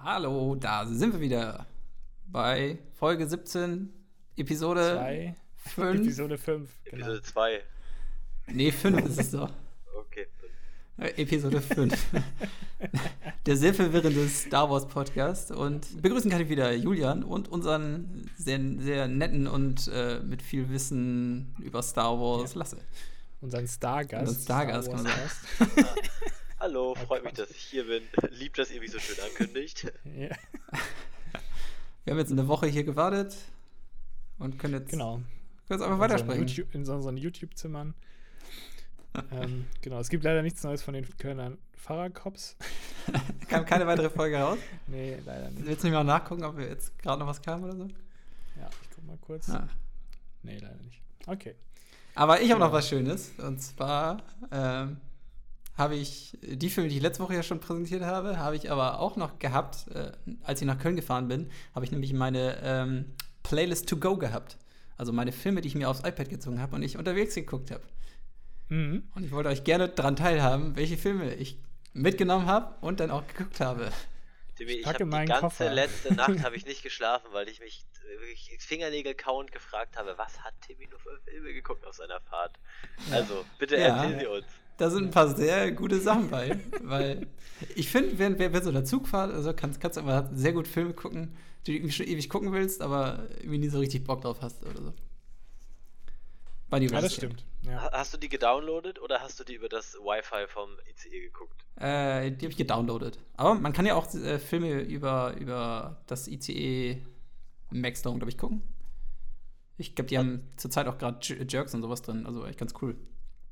Hallo, da sind wir wieder bei Folge 17, Episode 5. Episode 5, genau. Episode 2. Nee, 5 ist es doch. Okay, 5. Episode 5. Der sehr verwirrende Star Wars Podcast. Und begrüßen kann ich wieder Julian und unseren sehr, sehr netten und mit viel Wissen über Star Wars Lasse. Unseren Stargast. Unseren Stargast, kann man sagen. Hallo, freut mich, dass ich hier bin. Lieb, dass ihr mich so schön ankündigt. Ja. Wir haben jetzt eine Woche hier gewartet und können jetzt einfach weitersprechen. In unseren YouTube-Zimmern. Genau, es gibt leider nichts Neues von den Kölner Fahrercops. Kam keine weitere Folge raus? Nee, leider nicht. Willst du nicht mal nachgucken, ob jetzt gerade noch was kam oder so? Ja, ich guck mal kurz. Ah. Nee, leider nicht. Okay. Aber ich habe noch was Schönes. Und zwar habe ich die Filme, die ich letzte Woche ja schon präsentiert habe ich aber auch noch gehabt, als ich nach Köln gefahren bin, habe ich nämlich meine Playlist to go gehabt. Also meine Filme, die ich mir aufs iPad gezogen habe und ich unterwegs geguckt habe. Mhm. Und ich wollte euch gerne daran teilhaben, welche Filme ich mitgenommen habe und dann auch geguckt habe. Timmy, ich habe die ganze letzte Nacht habe ich nicht geschlafen, weil ich mich wirklich Fingernägel kauend gefragt habe, was hat Timmy nur für Filme geguckt auf seiner Fahrt? Ja. Also, bitte erzählen Sie uns. Da sind ein paar sehr gute Sachen bei, weil ich finde, wer so in der Zugfahrt, also kannst du aber sehr gut Filme gucken, die du irgendwie schon ewig gucken willst, aber irgendwie nie so richtig Bock drauf hast oder so. Ja, das stimmt. Ja. Hast du die gedownloadet oder hast du die über das Wi-Fi vom ICE geguckt? Die habe ich gedownloadet. Aber man kann ja auch Filme über das ICE Maxdome, glaube ich, gucken. Ich glaube, die haben zurzeit auch gerade Jerks und sowas drin, also echt ganz cool.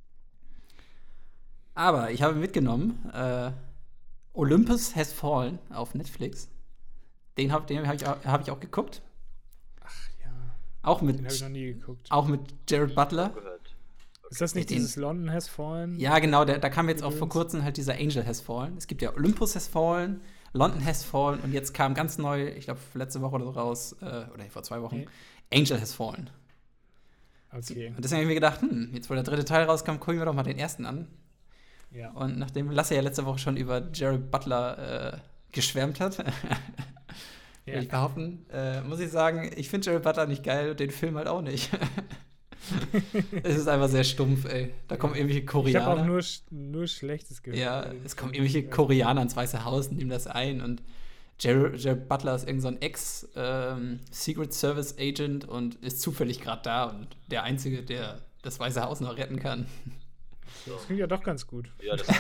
Aber ich habe mitgenommen Olympus Has Fallen auf Netflix. Den hab ich auch geguckt. Ach ja. Den habe ich noch nie geguckt. Auch mit Jared Butler. Okay. Ist das nicht dieses London Has Fallen? Ja, genau. Da kam jetzt auch vor kurzem halt dieser Angel Has Fallen. Es gibt ja Olympus Has Fallen, London Has Fallen und jetzt kam ganz neu, ich glaube letzte Woche oder so raus, oder vor 2 Wochen, Angel Has Fallen. Okay. Und deswegen habe ich mir gedacht, jetzt wo der 3. Teil rauskam, gucken wir doch mal den ersten an. Ja. Und nachdem Lasse ja letzte Woche schon über Jared Butler geschwärmt hat, will ich behaupten, muss ich sagen, ich finde Jared Butler nicht geil und den Film halt auch nicht. Es ist einfach sehr stumpf, ey. Da kommen irgendwelche Koreaner. Ich habe auch nur Schlechtes gehört. Ja, es kommen irgendwelche Koreaner ins Weiße Haus und nehmen das ein und Jared Butler ist irgend so ein Ex-Secret Service Agent und ist zufällig gerade da und der Einzige, der das Weiße Haus noch retten kann. Das klingt ja doch ganz gut. Ja, das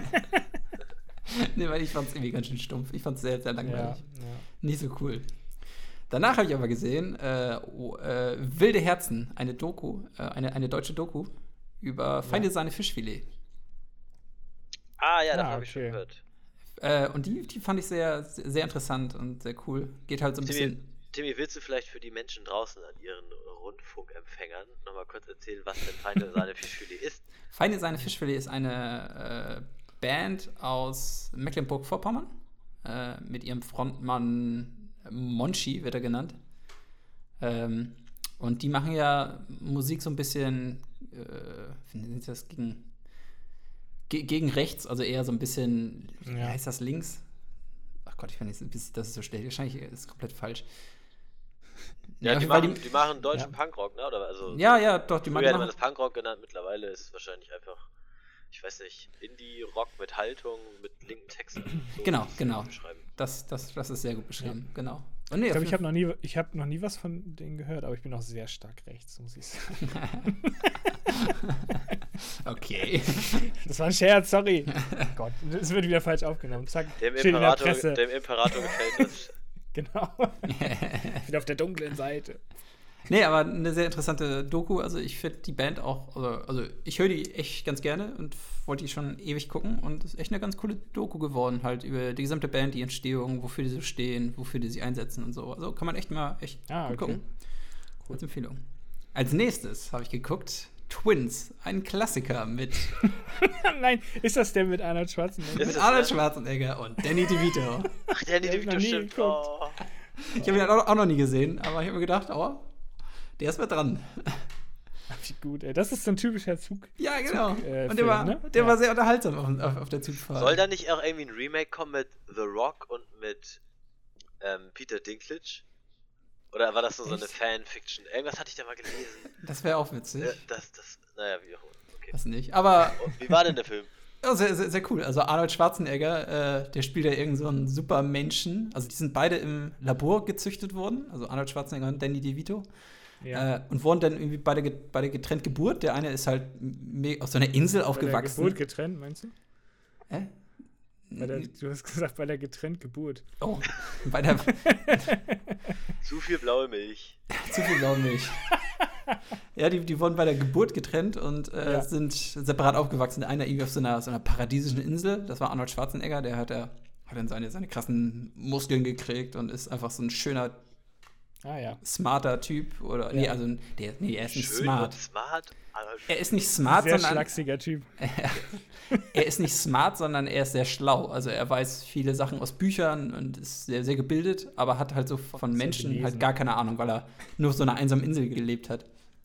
Nee, weil ich fand es irgendwie ganz schön stumpf. Ich fand es sehr, sehr langweilig. Ja. Nicht so cool. Danach habe ich aber gesehen, Wilde Herzen, eine Doku, eine deutsche Doku über Feine Sahne Fischfilet. Ah ja, das habe ich schon gehört. Und die fand ich sehr, sehr interessant und sehr cool. Geht halt so ein bisschen... Timmy, willst du vielleicht für die Menschen draußen an ihren Rundfunkempfängern nochmal kurz erzählen, was denn Feine Sahne Fischfilet ist? Feine Sahne Fischfilet ist eine Band aus Mecklenburg-Vorpommern mit ihrem Frontmann Monchi, wird er genannt. Und die machen ja Musik so ein bisschen, wie nennt das, gegen rechts, also eher so ein bisschen, wie heißt das, links? Ach Gott, ich finde, das ist so schlecht. Wahrscheinlich ist es komplett falsch. Ja, die machen deutschen Punkrock, ne? Oder also, ja, doch. Die früher hätte man das Punkrock genannt, mittlerweile ist es wahrscheinlich einfach, ich weiß nicht, Indie-Rock mit Haltung, mit linken Texten. So genau. Das ist sehr gut beschrieben, genau. Und nee, ich glaube, ich habe noch nie was von denen gehört, aber ich bin auch sehr stark rechts, muss ich sagen. Okay. Das war ein Scherz, sorry. Gott, das wird wieder falsch aufgenommen. Zack, dem Imperator gefällt es. Genau. Wieder auf der dunklen Seite. Nee, aber eine sehr interessante Doku. Also ich finde die Band auch, also ich höre die echt ganz gerne und wollte die schon ewig gucken und es ist echt eine ganz coole Doku geworden, halt über die gesamte Band, die Entstehung, wofür die so stehen, wofür die sich einsetzen und so. Also kann man echt gut gucken. Cool. Als Empfehlung. Als nächstes habe ich geguckt Twins, ein Klassiker mit Nein, ist das der mit Arnold Schwarzenegger? Mit Arnold Schwarzenegger und Danny DeVito. Ach, Danny DeVito, stimmt. Oh. Ich habe ihn auch noch nie gesehen, aber ich habe mir gedacht, der ist mal dran. Wie gut, ey. Das ist so ein typischer Zug. Ja, genau. Und Film, der war sehr unterhaltsam auf der Zugfahrt. Soll da nicht auch irgendwie ein Remake kommen mit The Rock und mit Peter Dinklage? Oder war das nur so eine Echt? Fanfiction? Irgendwas hatte ich da mal gelesen. Das wäre auch witzig. Naja, wie auch immer. Okay. Das nicht. Aber Und wie war denn der Film? ja, sehr, sehr, sehr cool. Also Arnold Schwarzenegger, der spielt ja irgend so einen Supermenschen. Also die sind beide im Labor gezüchtet worden. Also Arnold Schwarzenegger und Danny DeVito. Ja. Und wurden dann irgendwie beide getrennt geburt. Der eine ist halt auf so einer Insel Bei der aufgewachsen. Geburt getrennt, meinst du? Hä? Du hast gesagt, bei der getrennt Geburt. Oh, bei der Zu viel blaue Milch. zu viel Blaumilch. Ja, die wurden bei der Geburt getrennt und sind separat aufgewachsen. Der eine irgendwie auf so einer paradiesischen Insel. Das war Arnold Schwarzenegger. Der hat dann seine krassen Muskeln gekriegt und ist einfach so ein schöner, smarter Typ. Oder er ist nicht Schön smart. und smart. Aber Er ist nicht smart, Sehr sondern schlachsiger Typ. er ist nicht smart, sondern er ist sehr schlau. Also er weiß viele Sachen aus Büchern und ist sehr, sehr gebildet, aber hat halt so von Menschen belesen. halt gar keine Ahnung, weil er nur auf so einer einsamen Insel gelebt hat.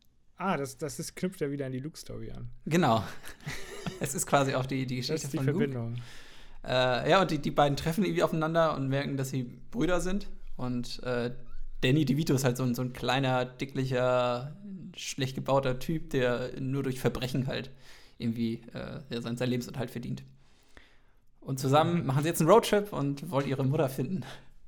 Knüpft ja wieder an die Luke-Story an. Genau. Es ist quasi auch die Geschichte Das ist die von Luke. Verbindung. Und die beiden treffen irgendwie aufeinander und merken, dass sie Brüder sind. Und Danny DeVito ist halt so ein kleiner, dicklicher, schlecht gebauter Typ, der nur durch Verbrechen halt irgendwie seinen Lebensunterhalt verdient. Und zusammen machen sie jetzt einen Roadtrip und wollen ihre Mutter finden.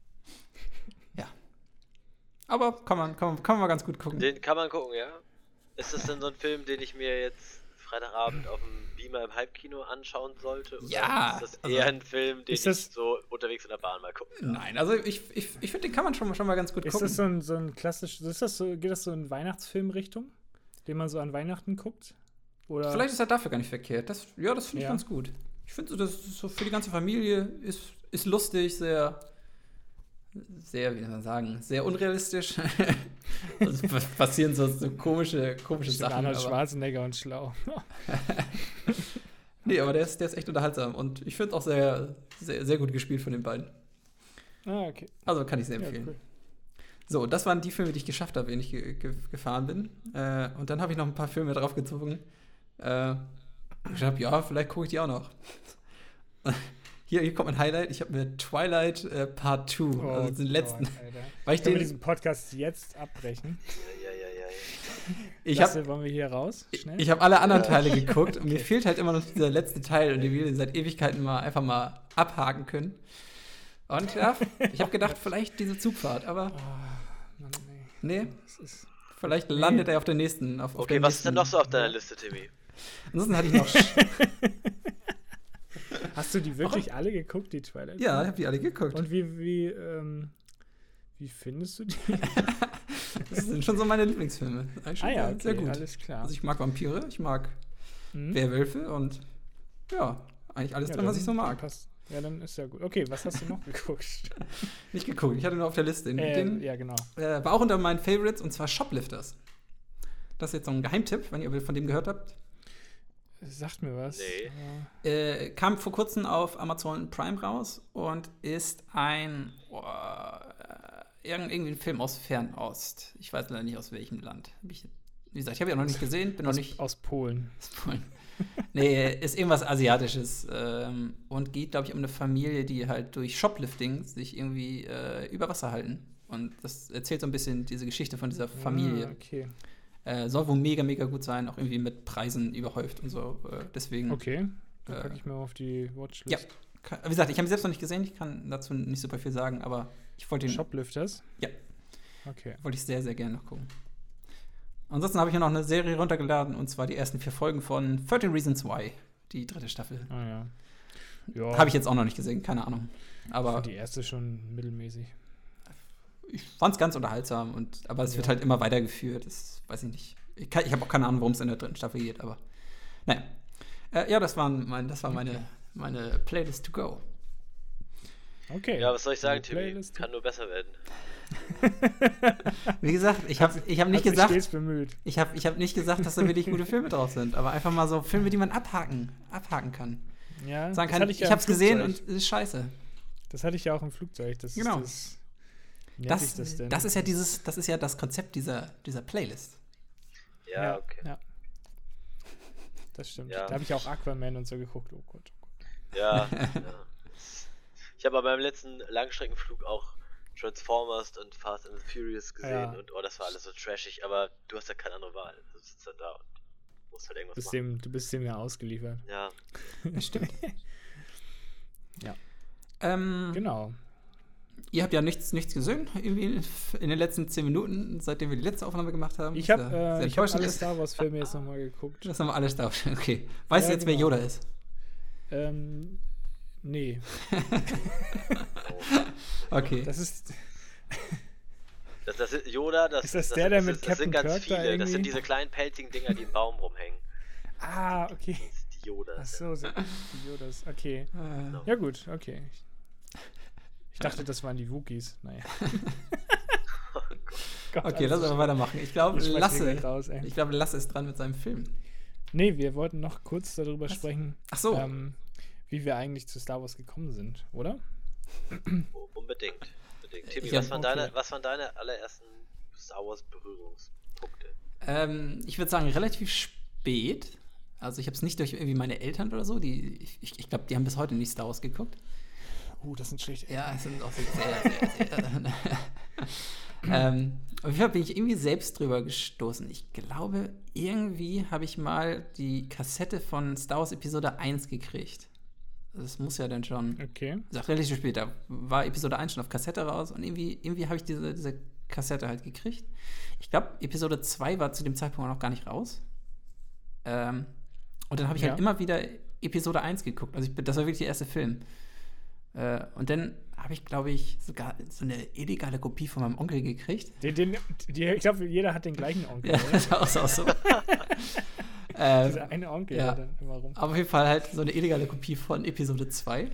Ja. Aber kann man mal ganz gut gucken. Den kann man gucken, ja? Ist das denn so ein Film, den ich mir jetzt Freitagabend auf dem Beamer im Halbkino anschauen sollte? Oder Ja, ist das eher ein Film, den ist das- ich so unterwegs in der Bahn mal gucken kann? Nein, also ich finde, den kann man schon mal ganz gut Ist gucken. das so ein klassisches, geht das so in Weihnachtsfilmrichtung, den man so an Weihnachten guckt? Oder Vielleicht ist er dafür gar nicht verkehrt. Das finde ich Ja. ganz gut. Ich finde, das ist so für die ganze Familie ist lustig, sehr, wie soll man sagen, sehr unrealistisch. Also passieren so komische Sachen. Arnold Aber, Schwarzenegger und schlau. nee, aber der ist echt unterhaltsam. Und ich finde auch sehr, sehr, sehr gut gespielt von den beiden. Okay. Also kann ich sehr Ja, empfehlen. cool. So, das waren die Filme, die ich geschafft habe, wenn ich gefahren bin. Und dann habe ich noch ein paar Filme draufgezogen. Ich habe, ja, vielleicht gucke ich die auch noch. Hier kommt mein Highlight. Ich habe mir Twilight Part 2, also den letzten. Gott, Alter. Weil ich Können wir den, diesen Podcast jetzt abbrechen? ich Lasse, habe wollen wir hier raus? Schnell? ich hab alle anderen Teile geguckt und mir fehlt halt immer noch dieser letzte Teil und den wir seit Ewigkeiten einfach mal abhaken können. Und ja, ich habe gedacht, vielleicht diese Zugfahrt, aber Mann, nee, das ist vielleicht landet er auf der nächsten. Okay, was ist denn noch so auf deiner Liste, Timmy? Ansonsten hatte ich noch. Hast du die wirklich alle geguckt, die Twilight? Ja, ich habe die alle geguckt. Und wie findest du die? Das sind schon so meine Lieblingsfilme. Eigentlich schon Okay, sehr gut. alles klar. Also ich mag Vampire, ich mag Werwölfe und ja, eigentlich alles drin, was ich so mag. Passt. Ja, dann ist ja gut. Okay, was hast du noch geguckt? Nicht geguckt, ich hatte nur auf der Liste. Ja, genau. War auch unter meinen Favorites und zwar Shoplifters. Das ist jetzt so ein Geheimtipp, wenn ihr von dem gehört habt. Sagt mir was. Nee. Kam vor kurzem auf Amazon Prime raus und ist irgendwie ein Film aus Fernost. Ich weiß leider nicht aus welchem Land. Wie gesagt, ich habe ihn auch noch nicht gesehen, bin noch nicht Aus Polen. aus Polen. Nee, ist irgendwas Asiatisches und geht, glaube ich, um eine Familie, die halt durch Shoplifting sich irgendwie über Wasser halten. Und das erzählt so ein bisschen diese Geschichte von dieser Familie. Okay. Soll wohl mega, mega gut sein, auch irgendwie mit Preisen überhäuft und so. Deswegen. Okay. Dann packe ich mir auf die Watchlist. Ja. Wie gesagt, ich habe ihn selbst noch nicht gesehen, ich kann dazu nicht super viel sagen, aber ich wollte ihn. Shoplifters? Ja. Okay. Wollte ich sehr, sehr gerne noch gucken. Ansonsten habe ich ja noch eine Serie runtergeladen und zwar die ersten 4 Folgen von 13 Reasons Why, die 3. Staffel. Ah ja. Habe ich jetzt auch noch nicht gesehen, keine Ahnung. Aber Die erste schon mittelmäßig. ich fand es ganz unterhaltsam, aber es wird halt immer weitergeführt. Das weiß ich nicht. Ich habe auch keine Ahnung, worum es in der 3. Staffel geht, aber naja. Ja, das war meine Playlist to go. Okay. Ja, was soll ich sagen, Die Timmy? Playlist- Kann nur besser werden. Wie gesagt, ich hab nicht Hat sich gesagt, stets bemüht. ich hab nicht gesagt, dass da wirklich gute Filme drauf sind, aber einfach mal so Filme, die man abhaken kann. Ja, Sagen das kann, hatte ich ja hab's im gesehen Flugzeug. und es ist scheiße. Das hatte ich ja auch im Flugzeug. Das Genau. ist wie nennt sich das denn? Das ist ja das Konzept dieser Playlist. Ja, okay. Ja. Das stimmt. Ja. Da habe ich auch Aquaman und so geguckt. Oh Gott. Ja. Ich habe bei meinem letzten Langstreckenflug auch Transformers und Fast and Furious gesehen Ja. und das war alles so trashig, aber du hast ja keine andere Wahl. Du sitzt dann da und musst halt irgendwas machen. Du bist dem ja ausgeliefert. Ja. Stimmt. Ja. Genau. Genau. Ihr habt ja nichts gesehen, irgendwie in den letzten 10 Minuten, seitdem wir die letzte Aufnahme gemacht haben. Ich was habe sehr alle enttäuschend ist. Star Wars-Filme jetzt nochmal geguckt. Das haben wir alles da. Okay. Weißt du Ja, jetzt, wer genau. Yoda ist? Nee. Okay. Das ist. Das ist Yoda, Ist das der, der mit das Captain sind ganz Kirk da viele. Das irgendwie? sind diese kleinen peltigen Dinger, die im Baum rumhängen. Ah, okay. Das ist die Yodas. Ach so, die Yodas. Okay. Äh, Ja, gut, okay. Ich dachte, das waren die Wookies. Naja. Gott, okay, alles lass so aber weitermachen. Ich glaube, Ich schmeiß den gleich raus, ey. Lasse ist dran mit seinem Film. Nee, wir wollten noch kurz darüber sprechen, Ach so. wie wir eigentlich zu Star Wars gekommen sind, oder? Unbedingt. Timmy, Ja, was waren deine allerersten Star Wars Berührungspunkte? Ich würde sagen, relativ spät. Also ich habe es nicht durch irgendwie meine Eltern oder so. Ich glaube, die haben bis heute nicht Star Wars geguckt. Das sind schlecht. Ja, es sind auch sehr auf jeden Fall bin ich irgendwie selbst drüber gestoßen. Ich glaube, irgendwie habe ich mal die Kassette von Star Wars Episode 1 gekriegt. Das muss ja dann schon. Okay. Das ist auch relativ spät. Da war Episode 1 schon auf Kassette raus und irgendwie habe ich diese Kassette halt gekriegt. Ich glaube, Episode 2 war zu dem Zeitpunkt auch noch gar nicht raus. Und dann habe ich halt immer wieder Episode 1 geguckt. Also das war wirklich der erste Film. Und dann habe ich, glaube ich, sogar so eine illegale Kopie von meinem Onkel gekriegt. Ich glaube, jeder hat den gleichen Onkel. Ja, oder? das war auch so. Dieser eine Onkel, ja. der dann immer rum. Aber auf jeden Fall halt so eine illegale Kopie von Episode 2.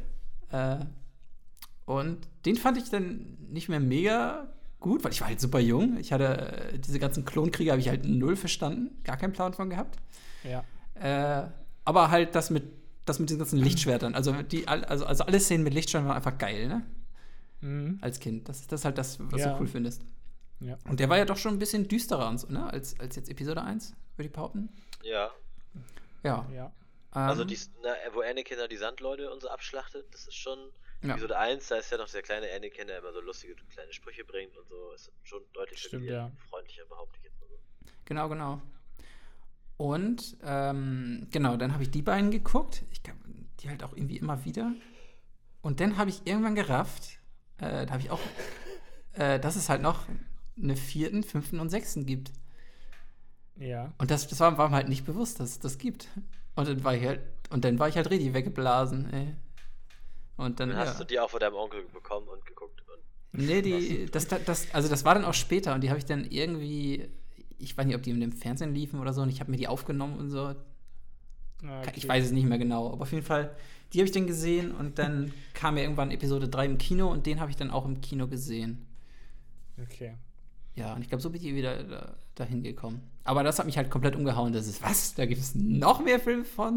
Und den fand ich dann nicht mehr mega gut, weil ich war halt super jung. Ich hatte diese ganzen Klonkriege habe ich halt null verstanden. Gar keinen Plan von gehabt. Ja. Aber halt das mit diesen ganzen Lichtschwertern. Also alle Szenen mit Lichtschwertern waren einfach geil, ne? Mhm. Als Kind. Das ist halt das, was Ja. du cool findest. Ja. Und der war ja doch schon ein bisschen düsterer und so, ne? Als jetzt Episode 1, würde ich behaupten. Ja. Ja. Ja. Also wo Anakin da die Sandleute und so abschlachtet, das ist schon. Ja. Episode 1, da ist ja noch der kleine Anakin, der immer so lustige kleine Sprüche bringt und so. Ist schon deutlich Stimmt, ja. freundlicher, behaupte ich jetzt mal so. Genau. Und genau, dann habe ich die beiden geguckt. Ich glaube, die halt auch irgendwie immer wieder. Und dann habe ich irgendwann gerafft, da habe ich auch, dass es halt noch eine 4., 5. und 6. gibt. Ja. Und das war mir halt nicht bewusst, dass es das gibt. Und dann war ich halt richtig weggeblasen, ey. Und dann Hast du die auch von deinem Onkel bekommen und geguckt? Nee, das war dann auch später und die habe ich dann irgendwie, ich weiß nicht, ob die in dem Fernsehen liefen oder so, und ich habe mir die aufgenommen und so. Okay. Ich weiß es nicht mehr genau, aber auf jeden Fall, die habe ich dann gesehen und dann kam ja irgendwann Episode 3 im Kino und den habe ich dann auch im Kino gesehen. Okay. Ja, und ich glaube, so bin ich wieder dahin gekommen. Aber das hat mich halt komplett umgehauen. Das ist, was? Da gibt es noch mehr Filme von?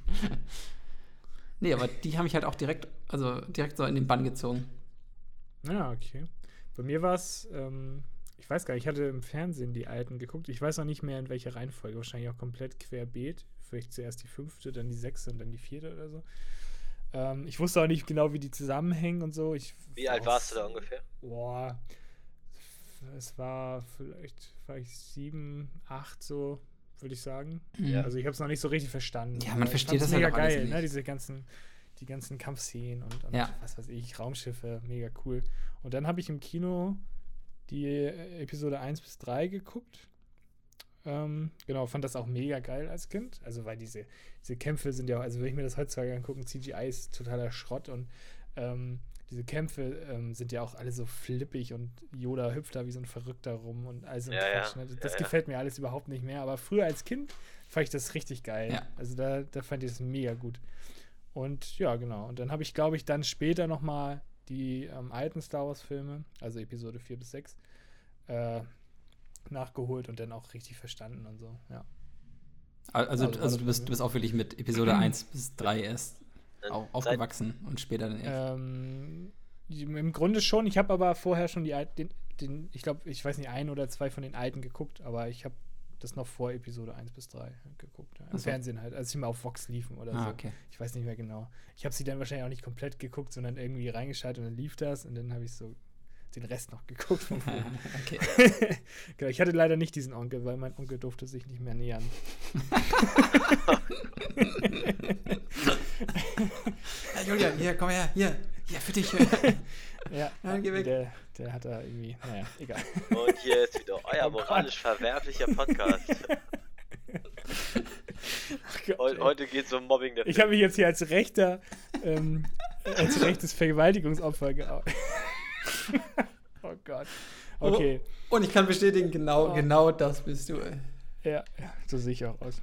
Nee, aber die haben mich halt auch direkt so in den Bann gezogen. Ja, okay. Bei mir war es, ich weiß gar nicht, ich hatte im Fernsehen die alten geguckt. Ich weiß auch nicht mehr, in welcher Reihenfolge. Wahrscheinlich auch komplett querbeet. Vielleicht zuerst die 5., dann die 6. und dann die 4. oder so. Ich wusste auch nicht genau, wie die zusammenhängen und so. Wie alt warst du da ungefähr? Boah, es war vielleicht 7, 8 so, würde ich sagen. Ja. Also ich habe es noch nicht so richtig verstanden. Ja, man Aber versteht ich fand's das halt mega auch alles geil, nicht. ne? Die ganzen Kampfszenen und Ja. was weiß ich, Raumschiffe, mega cool. Und dann habe ich im Kino die Episode 1 bis 3 geguckt. Genau, fand das auch mega geil als Kind. Also, weil diese Kämpfe sind ja auch, also wenn ich mir das heutzutage angucke, CGI ist totaler Schrott und diese Kämpfe sind ja auch alle so flippig und Yoda hüpft da wie so ein Verrückter rum und all so ein Quatsch. Ne? Das gefällt mir alles überhaupt nicht mehr. Aber früher als Kind fand ich das richtig geil. Ja. Also da fand ich das mega gut. Und ja, genau. Und dann habe ich, glaube ich, dann später nochmal die alten Star Wars-Filme, also Episode 4 bis 6, nachgeholt und dann auch richtig verstanden und so, ja. Also du bist auch wirklich mit Episode 1 bis 3 erst aufgewachsen und später dann erst. Im Grunde schon. Ich habe aber vorher schon ich glaube, ich weiß nicht, 1 oder 2 von den alten geguckt, aber ich habe das noch vor Episode 1 bis 3 geguckt. Ja. Im Fernsehen halt, als sie mal auf Vox liefen oder so. Okay. Ich weiß nicht mehr genau. Ich habe sie dann wahrscheinlich auch nicht komplett geguckt, sondern irgendwie reingeschaltet und dann lief das und dann habe ich so den Rest noch geguckt vom Film. Okay. Genau, ich hatte leider nicht diesen Onkel, weil mein Onkel durfte sich nicht mehr nähern. Ja, Julian, hier, komm her, hier, für dich. Ja, geh weg. Der hat da irgendwie, naja, egal. Und hier ist wieder euer moralisch verwerflicher Podcast. Heute geht es um Mobbing der Ich habe mich jetzt hier als rechtes Vergewaltigungsopfer geoutet. Oh Gott. Okay. Und ich kann bestätigen, genau das bist du. Ja, so sehe ich auch aus.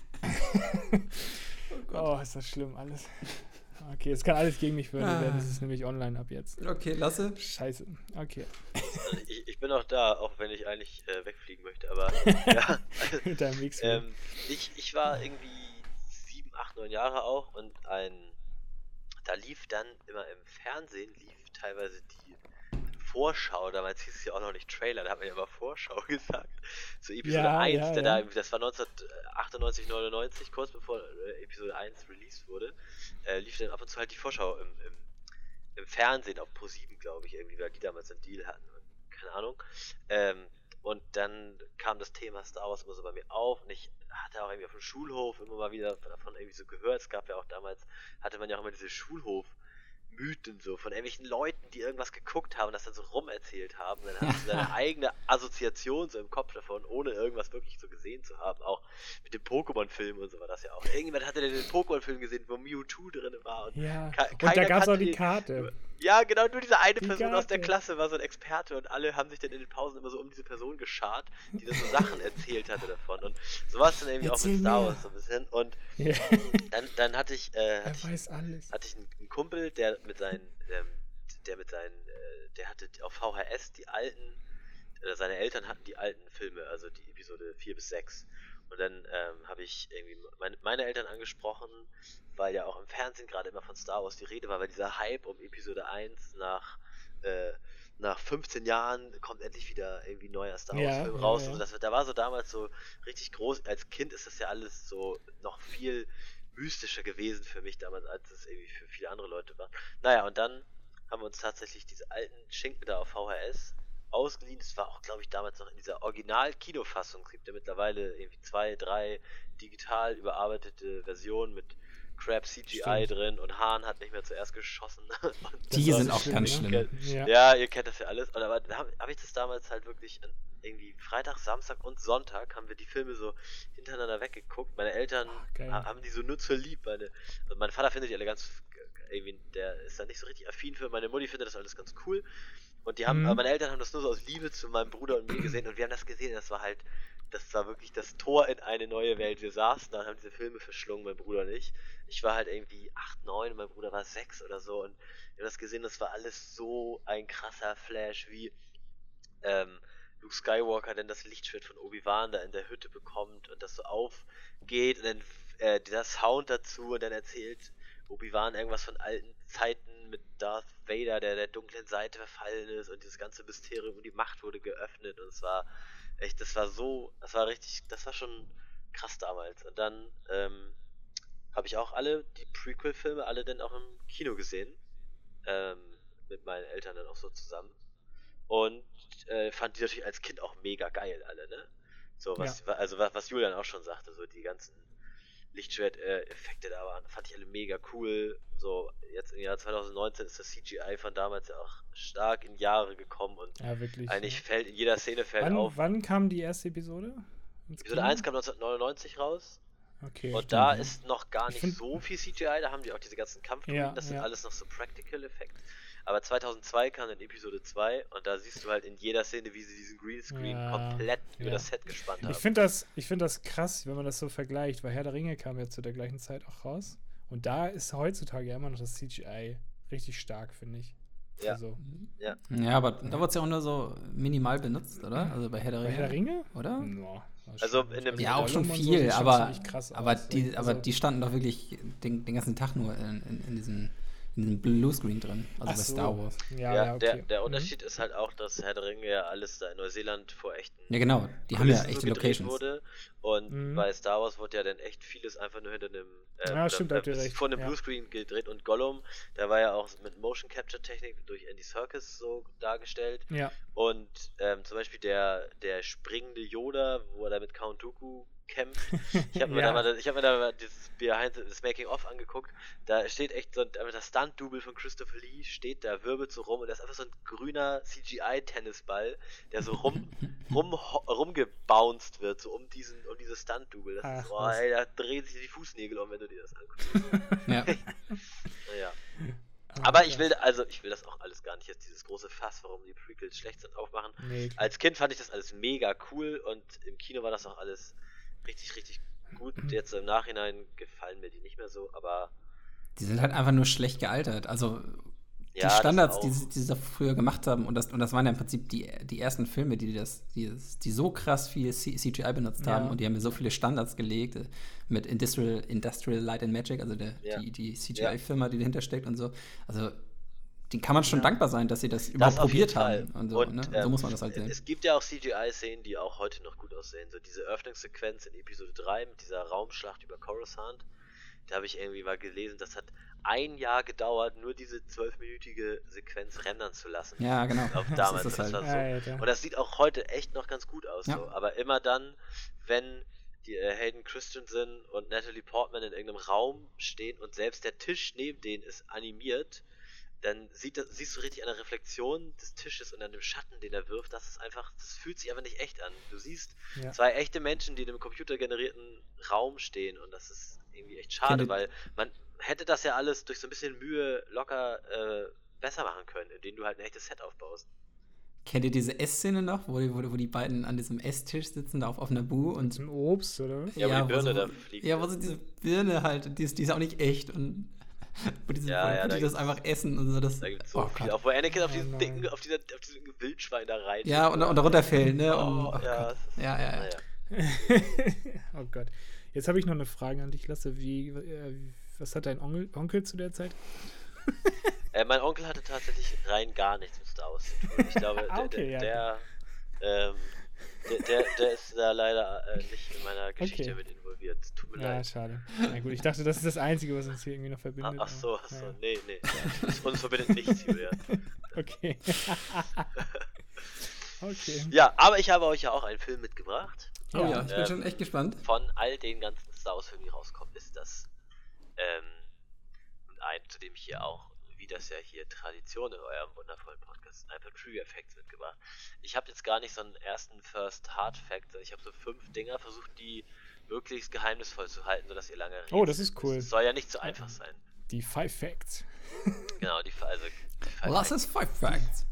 Oh, ist das schlimm alles. Okay, es kann alles gegen mich verwendet werden. Das ist nämlich online ab jetzt. Okay, lasse. Scheiße. Okay. Ich bin auch da, auch wenn ich eigentlich wegfliegen möchte, aber ja. Mit deinem Mix. Ich war irgendwie 7, 8, 9 Jahre auch und da lief dann immer im Fernsehen, teilweise die Vorschau, damals hieß es ja auch noch nicht Trailer, da hat man ja immer Vorschau gesagt, zu Episode 1, das war 1998, 99, kurz bevor Episode 1 released wurde, lief dann ab und zu halt die Vorschau im Fernsehen auf Pro7, glaube ich, irgendwie, weil die damals einen Deal hatten und keine Ahnung. Und dann kam das Thema Star Wars immer so bei mir auf und ich hatte auch irgendwie auf dem Schulhof immer mal wieder davon irgendwie so gehört. Es gab ja auch damals, hatte man ja auch immer diese Schulhof-Mythen so von irgendwelchen Leuten, die irgendwas geguckt haben und das dann so rumerzählt haben. Und dann hast du deine eigene Assoziation so im Kopf davon, ohne irgendwas wirklich so gesehen zu haben. Auch mit dem Pokémon-Film und so war das ja auch. Irgendjemand hatte den Pokémon-Film gesehen, wo Mewtwo drin war. Und ja, und da gab es auch die Karte. Ja, genau, nur diese eine Person aus der Klasse war so ein Experte und alle haben sich dann in den Pausen immer so um diese Person geschart, die dann so Sachen erzählt hatte davon. Und so war es dann irgendwie auch mit Star Wars so ein bisschen. Und dann hatte ich einen Kumpel, der hatte auf VHS die alten, seine Eltern hatten die alten Filme, also die Episode 4 bis 6. Und dann habe ich irgendwie meine Eltern angesprochen, weil ja auch im Fernsehen gerade immer von Star Wars die Rede war, weil dieser Hype um Episode 1 nach 15 Jahren kommt endlich wieder irgendwie ein neuer Star Wars Film raus. Ja. Also da war so damals so richtig groß. Als Kind ist das ja alles so noch viel mystischer gewesen für mich damals, als es irgendwie für viele andere Leute war. Naja, und dann haben wir uns tatsächlich diese alten Schinken da auf VHS ausgeliehen. Das war auch, glaube ich, damals noch in dieser Original-Kinofassung. Es gibt ja mittlerweile irgendwie 2, 3 digital überarbeitete Versionen mit Crap CGI drin und Hahn hat nicht mehr zuerst geschossen. Die sind auch ganz schlimm. Ja, ihr kennt das ja alles. Aber da hab ich das damals halt wirklich irgendwie Freitag, Samstag und Sonntag haben wir die Filme so hintereinander weggeguckt. Meine Eltern haben die so nur zur Lieb. Mein Vater findet die alle ganz, irgendwie, der ist da nicht so richtig affin für. Meine Mutti findet das alles ganz cool. Und meine Eltern haben das nur so aus Liebe zu meinem Bruder und mir gesehen und wir haben das gesehen, das war wirklich das Tor in eine neue Welt. Wir saßen da und haben diese Filme verschlungen, mein Bruder und ich. Ich war halt irgendwie 8, 9 und mein Bruder war 6 oder so und wir haben das gesehen, das war alles so ein krasser Flash, wie Luke Skywalker dann das Lichtschwert von Obi-Wan da in der Hütte bekommt und das so aufgeht und dann dieser Sound dazu und dann erzählt Obi-Wan irgendwas von alten Zeiten mit Darth Vader, der dunklen Seite verfallen ist und dieses ganze Mysterium und die Macht wurde geöffnet und es war echt, das war schon krass damals. Und dann habe ich auch alle die Prequel-Filme alle dann auch im Kino gesehen, mit meinen Eltern dann auch so zusammen und fand die natürlich als Kind auch mega geil alle, ne? So was Julian auch schon sagte, so die ganzen Lichtschwert-Effekte da waren, fand ich alle mega cool. So, jetzt im Jahr 2019 ist das CGI von damals ja auch stark in Jahre gekommen und wirklich, eigentlich fällt in jeder Szene auf. Wann kam die erste Episode? Episode 1 kam 1999 raus. Okay. Und da ist noch gar nicht so viel CGI, da haben die auch diese ganzen Kampfdruiden, das sind alles noch so Practical-Effekte. Aber 2002 kam dann Episode 2 und da siehst du halt in jeder Szene, wie sie diesen Greenscreen komplett über das Set gespannt haben. Ich finde das krass, wenn man das so vergleicht, weil Herr der Ringe kam ja zu der gleichen Zeit auch raus. Und da ist heutzutage ja immer noch das CGI richtig stark, finde ich. Ja. Also, ja, aber da wird es ja auch nur so minimal benutzt, oder? Also bei Herr der Ringe. Bei Herr der Ringe? Oder? Ja, also in dem auch schon viel, aber die standen doch wirklich den ganzen Tag nur in einem Bluescreen drin, also bei so. Star Wars. Ja, okay. Der Unterschied ist halt auch, dass Herr der Ringe ja alles da in Neuseeland vor echten Ja, genau, die haben ja echte Locations. Wurde. Und bei Star Wars wurde ja dann echt vieles einfach nur hinter einem stimmt, habt ihr recht. vor einem Bluescreen gedreht. Und Gollum, der war ja auch mit Motion Capture Technik durch Andy Serkis so dargestellt. Ja. Und zum Beispiel der springende Yoda, wo er da mit Count Dooku kämpft. Ich habe mir da mal das Making-of angeguckt. Da steht echt so das Stunt-Double von Christopher Lee steht da, wirbelt so rum und das ist einfach so ein grüner CGI-Tennisball, der so rumgebounced wird, so um dieses Stunt-Double. Das ist, ey, da drehen sich die Fußnägel um, wenn du dir das anguckst. Ja. Naja. Aber ich will das auch alles gar nicht, jetzt dieses große Fass, warum die Prequels schlecht sind, aufmachen. Nee. Als Kind fand ich das alles mega cool und im Kino war das auch alles richtig, richtig gut. Jetzt im Nachhinein gefallen mir die nicht mehr so, aber die sind halt einfach nur schlecht gealtert. Also die Standards, die sie da früher gemacht haben, und das waren ja im Prinzip die ersten Filme, die so krass viel CGI benutzt haben, und die haben ja so viele Standards gelegt mit Industrial Light and Magic, also die CGI-Firma, die dahinter steckt und so. Also den kann man schon dankbar sein, dass sie das überhaupt probiert haben. Und so, und, ne? So muss man das halt sehen. Es gibt ja auch CGI-Szenen, die auch heute noch gut aussehen. So diese Öffnungssequenz in Episode 3 mit dieser Raumschlacht über Coruscant. Da habe ich irgendwie mal gelesen, das hat 1 Jahr gedauert, nur diese 12-minütige Sequenz rendern zu lassen. Ja, genau. Auf damals. Das war halt. so. Und das sieht auch heute echt noch ganz gut aus. Ja. So. Aber immer dann, wenn die Hayden Christensen und Natalie Portman in irgendeinem Raum stehen und selbst der Tisch neben denen ist animiert, dann siehst du richtig an der Reflexion des Tisches und an dem Schatten, den er wirft, das fühlt sich einfach nicht echt an. Du siehst 2 echte Menschen, die in einem computergenerierten Raum stehen, und das ist irgendwie echt schade, weil man hätte das ja alles durch so ein bisschen Mühe locker besser machen können, indem du halt ein echtes Set aufbaust. Kennt ihr diese Essszene noch, wo die beiden an diesem Esstisch sitzen, da auf Naboo und zum Obst, oder? Ja, wo die Birne da fliegt. Ja, wo so diese Birne halt, die ist auch nicht echt, und wo die das einfach essen und so. Das, da gibt's so viel. Auch wo Anakin auf diesem Wildschwein da rein. Ja, und darunter fällt, ne? Ja. Oh Gott. Jetzt habe ich noch eine Frage an dich, Lasse. Was hat dein Onkel zu der Zeit? Mein Onkel hatte tatsächlich rein gar nichts mit Star Wars zu tun. Ich glaube, der ist da leider nicht in meiner Geschichte mit involviert. Tut mir leid. Ja, schade. Na gut, ich dachte, das ist das Einzige, was uns hier irgendwie noch verbindet. Ach so. Nee. Uns verbindet nichts, Julian. Okay. Okay. Ja, aber ich habe euch ja auch einen Film mitgebracht. Oh ja, ich bin schon echt gespannt. Von all den ganzen Star Wars Filmen, die rauskommen, ist das und ein, zu dem ich hier auch, wie das ja hier Tradition in eurem wundervollen Podcast, ein paar Trivia-Facts mitgebracht. Ich habe jetzt gar nicht so einen ersten First Hard Fact, sondern ich habe so 5 Dinger versucht, die möglichst geheimnisvoll zu halten, sodass ihr lange Oh, das ist cool. Es soll ja nicht so einfach sein. Die 5 Facts. Genau, die 5 Lass es 5 Facts.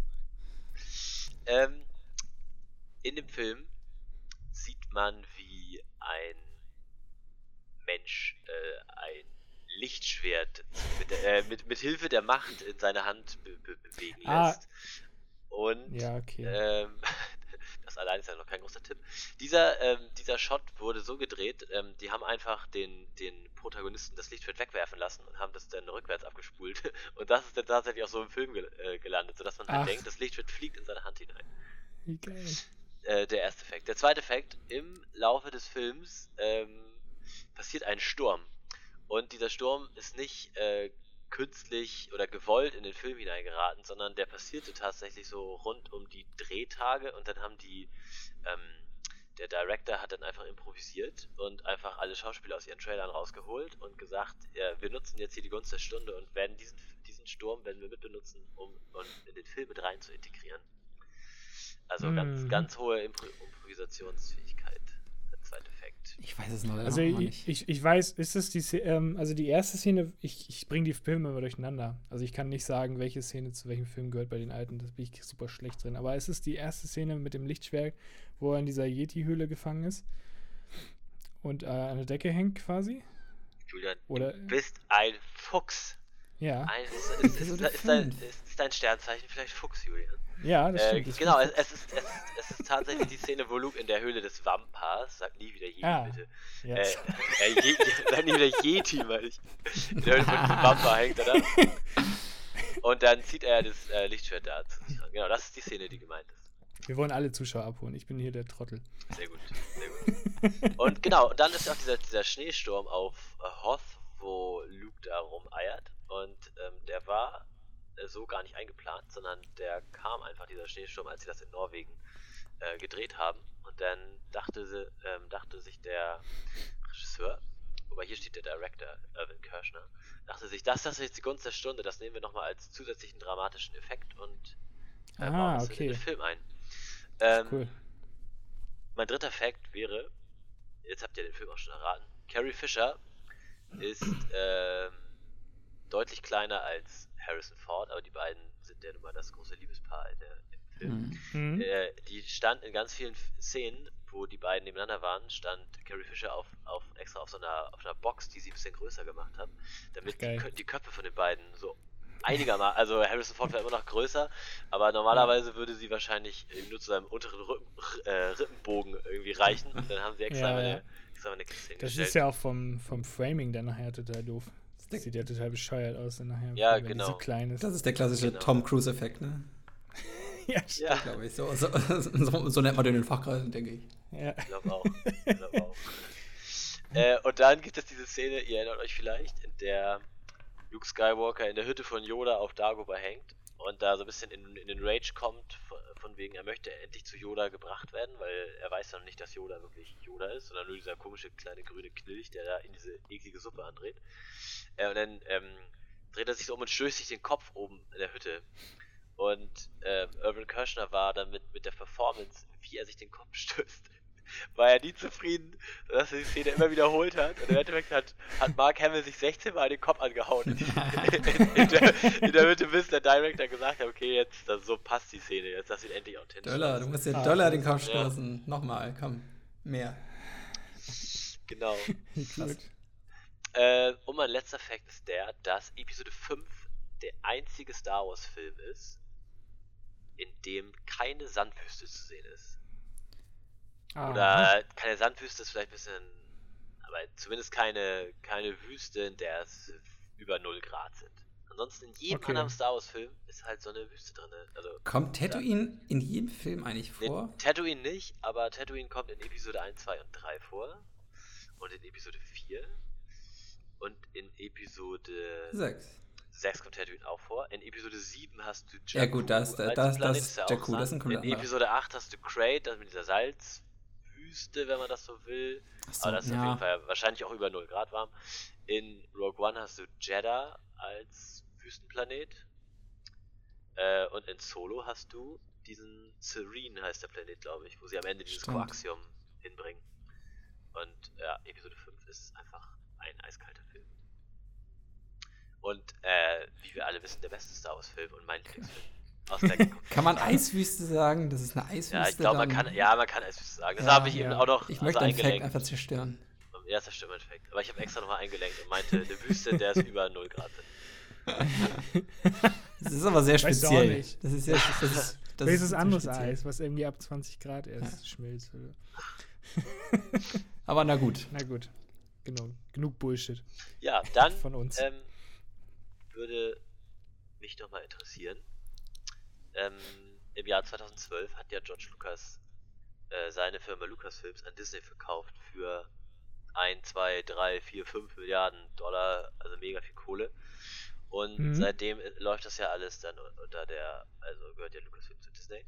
In dem Film sieht man, wie ein Mensch ein Lichtschwert mit Hilfe der Macht in seine Hand bewegen lässt. Und das allein ist ja noch kein großer Tipp. Dieser Shot wurde so gedreht, die haben einfach den Protagonisten das Lichtschwert wegwerfen lassen und haben das dann rückwärts abgespult. Und das ist dann tatsächlich auch so im Film gelandet, sodass man halt denkt, das Lichtschwert fliegt in seine Hand hinein. Wie geil. Der erste Fact. Der zweite Fact: Im Laufe des Films passiert ein Sturm. Und dieser Sturm ist nicht künstlich oder gewollt in den Film hineingeraten, sondern der passierte tatsächlich so rund um die Drehtage, und dann haben der Director hat dann einfach improvisiert und einfach alle Schauspieler aus ihren Trailern rausgeholt und gesagt, wir nutzen jetzt hier die Gunst der Stunde und werden diesen Sturm werden wir mitbenutzen, um in den Film mit rein zu integrieren. Also ganz hohe Improvisationsfähigkeit. Der zweite Fact. Ich weiß es noch also nicht. Ich weiß, ist es die erste Szene, ich bringe die Filme immer durcheinander. Also ich kann nicht sagen, welche Szene zu welchem Film gehört bei den alten, das bin ich super schlecht drin. Aber es ist die erste Szene mit dem Lichtschwert, wo er in dieser Yeti-Höhle gefangen ist und an der Decke hängt quasi. Julian, du bist ein Fuchs. Ja. Ist dein Sternzeichen vielleicht Fuchs, Julian? Ja, das stimmt. Genau, es ist tatsächlich die Szene, wo Luke in der Höhle des Vampars, sag nie wieder Yeti, bitte. Ja. Sag nie wieder Yeti, weil ich in der Höhle von diesem Vampar hängt, oder? Und dann zieht er das Lichtschwert da zu sich ran. Genau, das ist die Szene, die gemeint ist. Wir wollen alle Zuschauer abholen. Ich bin hier der Trottel. Sehr gut, sehr gut. Und genau, und dann ist auch dieser Schneesturm auf Hoth, wo Luke da rumeiert. Und der war so gar nicht eingeplant, sondern der kam einfach, dieser Schneesturm, als sie das in Norwegen gedreht haben. Und dann dachte sich der Regisseur, wobei hier steht der Director, Irvin Kershner, dachte sich, das ist jetzt die Gunst der Stunde, das nehmen wir nochmal als zusätzlichen dramatischen Effekt und bauen das in den Film ein. Cool. Mein dritter Fact wäre, jetzt habt ihr den Film auch schon erraten, Carrie Fisher ist deutlich kleiner als Harrison Ford, aber die beiden sind ja nun mal das große Liebespaar im Film. Mhm. Die stand in ganz vielen Szenen, wo die beiden nebeneinander waren, stand Carrie Fisher extra auf einer Box, die sie ein bisschen größer gemacht haben, damit die Köpfe von den beiden so einigermaßen, also Harrison Ford war immer noch größer, aber normalerweise würde sie wahrscheinlich nur zu seinem unteren Rippenbogen irgendwie reichen und dann haben sie extra eine Kiste hingestellt. Das ist ja auch vom Framing dann nachher total doof. Das sieht ja total bescheuert aus dann nachher, ja, wenn genau. die so klein ist. Das ist der klassische Tom Cruise-Effekt, ne? Ja, glaube ich. So nennt man den in Fachkreisen, denke ich. Ja. Ich glaube auch. Und dann gibt es diese Szene, ihr erinnert euch vielleicht, in der Luke Skywalker in der Hütte von Yoda auf Dagobah hängt und da so ein bisschen in den Rage kommt, von wegen, er möchte endlich zu Yoda gebracht werden, weil er weiß ja noch nicht, dass Yoda wirklich Yoda ist, sondern nur dieser komische kleine grüne Knilch, der da in diese eklige Suppe andreht. Und dann dreht er sich so um und stößt sich den Kopf oben in der Hütte. Und Irvin Kershner war dann mit der Performance, wie er sich den Kopf stößt, war er nie zufrieden, dass er die Szene immer wiederholt hat. Und im Endeffekt hat Mark Hamill sich 16 Mal den Kopf angehauen. in der Mitte, bis der Director gesagt hat, okay, jetzt so passt die Szene, jetzt das sieht endlich authentisch aus. Döller, du musst den Döller den Kopf stoßen. Ja. Nochmal, komm, mehr. Genau. Gut. Und mein letzter Fact ist dass Episode 5 der einzige Star Wars Film ist, in dem keine Sandwüste zu sehen ist. Oder keine Sandwüste ist vielleicht ein bisschen, aber zumindest keine Wüste, in der es über 0 Grad sind. Ansonsten in jedem anderen Star Wars Film ist halt so eine Wüste drin. Also, kommt Tatooine in jedem Film eigentlich vor? Nee, Tatooine nicht, aber Tatooine kommt in Episode 1, 2 und 3 vor. Und in Episode 4. Und in Episode 6 kommt Tatooine auch vor. In Episode 7 hast du Jakku. Ja gut, das Jakku, das ist ein In Episode 8 hast du Crate, das mit dieser Salzwüste, wenn man das so will. So, aber das ist auf jeden Fall wahrscheinlich auch über 0 Grad warm. In Rogue One hast du Jeddah als Wüstenplanet. Und in Solo hast du diesen Serene, heißt der Planet, glaube ich, wo sie am Ende dieses Koaxium hinbringen. Und ja, Episode 5 ist einfach ein eiskalter Film. Und wie wir alle wissen, der beste Star Wars Film und mein Lieblingsfilm. Kann man Eiswüste sagen? Das ist eine Eiswüste? Ja, ich glaube, man kann Eiswüste sagen. Das habe ich eben auch noch Ich möchte den Fact einfach zerstören. Ja, zerstört mein Fact. Aber ich habe extra nochmal eingelenkt und meinte, eine Wüste, in der es über 0 Grad sind. Das ist aber sehr speziell. Weißt du auch nicht. Das ist sehr speziell. Das ist anderes Eis, was irgendwie ab 20 Grad erst schmilzt. Oder? Aber na gut. Na gut. Genau. Genug Bullshit. Ja, dann von uns. Würde mich doch mal interessieren. Im Jahr 2012 hat ja George Lucas seine Firma Lucasfilms an Disney verkauft für 1, 2, 3, 4, 5 Milliarden $, also mega viel Kohle. Und seitdem läuft das ja alles dann also gehört ja Lucasfilm zu Disney.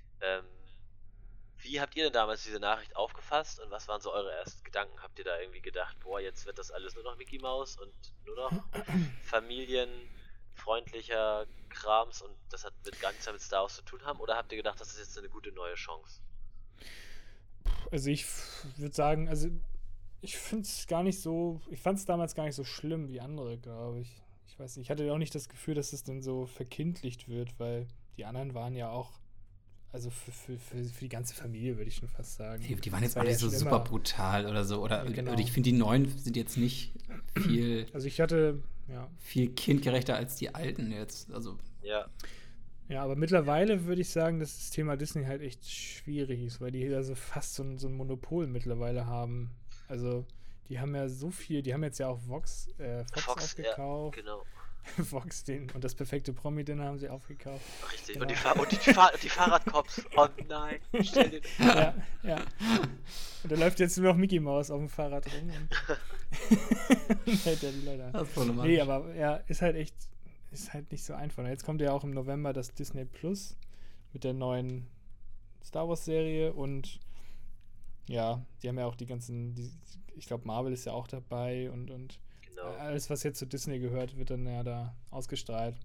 Wie habt ihr denn damals diese Nachricht aufgefasst und was waren so eure ersten Gedanken? Habt ihr da irgendwie gedacht, boah, jetzt wird das alles nur noch Mickey Mouse und nur noch familienfreundlicher Krams und das wird gar nichts mehr mit Star Wars zu tun haben? Oder habt ihr gedacht, das ist jetzt eine gute neue Chance? Also ich würde sagen, ich finde es gar nicht so, ich fand es damals gar nicht so schlimm wie andere, glaube ich. Ich weiß nicht, ich hatte auch nicht das Gefühl, dass es dann so verkindlicht wird, weil die anderen waren ja auch, also für die ganze Familie, würde ich schon fast sagen. Die waren jetzt auch nicht so super brutal oder so. Oder ich finde, die neuen sind jetzt nicht viel, also ich hatte, viel kindgerechter als die alten jetzt. Also ja. Ja, aber mittlerweile würde ich sagen, dass das Thema Disney halt echt schwierig ist, weil die also fast so ein Monopol mittlerweile haben. Also die haben ja so viel, die haben jetzt ja auch Fox aufgekauft. Ja, genau. Fox und das perfekte Promi-Dinner haben sie aufgekauft. Richtig, Genau. und die Fahrradcops. Oh nein, stell dir Ja. Und da läuft jetzt nur noch Mickey Mouse auf dem Fahrrad rum und hält ja die Leute an. Das ist problematisch. Nee, aber ja, ist halt nicht so einfach. Jetzt kommt ja auch im November das Disney Plus mit der neuen Star Wars Serie und ja, die haben ja auch ich glaube Marvel ist ja auch dabei und Genau. alles, was jetzt zu Disney gehört, wird dann ja da ausgestrahlt.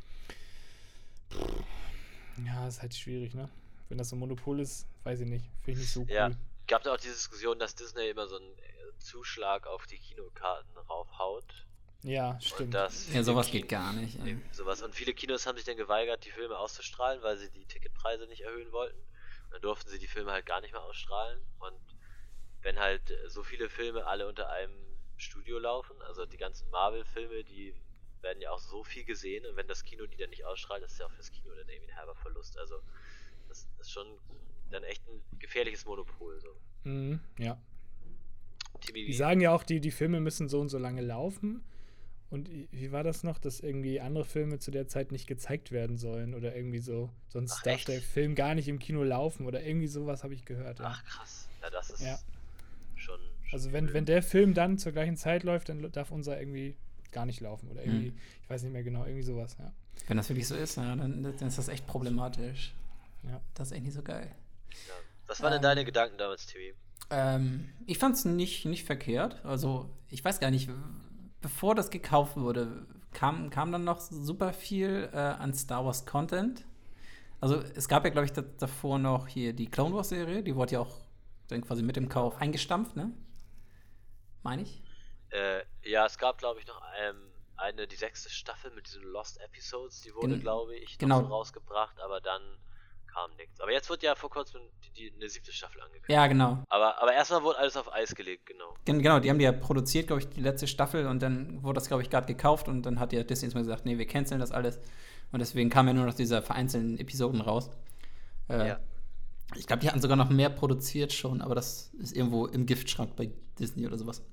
Ja, ist halt schwierig, ne? Wenn das so ein Monopol ist, weiß ich nicht. Finde ich nicht so cool. Ja, gab da auch diese Diskussion, dass Disney immer so einen Zuschlag auf die Kinokarten raufhaut. Ja, stimmt. Ja, sowas geht gar nicht. Nee, sowas. Und viele Kinos haben sich dann geweigert, die Filme auszustrahlen, weil sie die Ticketpreise nicht erhöhen wollten. Und dann durften sie die Filme halt gar nicht mehr ausstrahlen. Und wenn halt so viele Filme alle unter einem Studio laufen, also die ganzen Marvel-Filme, die werden ja auch so viel gesehen, und wenn das Kino die dann nicht ausstrahlt, das ist ja auch fürs Kino dann irgendwie ein herber Verlust. Also das ist schon dann echt ein gefährliches Monopol. So. Ja. Timmy, Die sagen ja auch, die Filme müssen so und so lange laufen. Und wie war das noch, dass irgendwie andere Filme zu der Zeit nicht gezeigt werden sollen oder irgendwie so, sonst darf der Film gar nicht im Kino laufen oder irgendwie sowas habe ich gehört. Ja. Ach krass, ja, das ist schon also wenn der Film dann zur gleichen Zeit läuft, dann darf unser irgendwie gar nicht laufen oder irgendwie, ich weiß nicht mehr genau, irgendwie sowas, ja. Wenn das wirklich so ist, ja, dann ist das echt problematisch. Ja. Das ist echt nicht so geil. Ja. Was waren denn deine Gedanken damals, Timmy? Ich fand es nicht verkehrt. Also, ich weiß gar nicht, bevor das gekauft wurde, kam dann noch super viel an Star Wars Content. Also, es gab ja, glaube ich, davor noch hier die Clone Wars Serie, die wurde ja auch dann quasi mit dem Kauf eingestampft, ne? Meine ich? Ja, es gab, glaube ich, noch die 6. Staffel mit diesen Lost Episodes, die wurde, glaube ich, noch so rausgebracht, aber dann kam nichts. Aber jetzt wird ja vor kurzem eine 7. Staffel angekündigt. Ja, genau. Aber erstmal wurde alles auf Eis gelegt, genau. Genau, die haben die ja produziert, glaube ich, die letzte Staffel, und dann wurde das, glaube ich, gerade gekauft, und dann hat ja Disney jetzt mal gesagt, nee, wir canceln das alles. Und deswegen kamen ja nur noch diese vereinzelten Episoden raus. Ja. Ich glaube, die hatten sogar noch mehr produziert schon, aber das ist irgendwo im Giftschrank bei Disney oder sowas.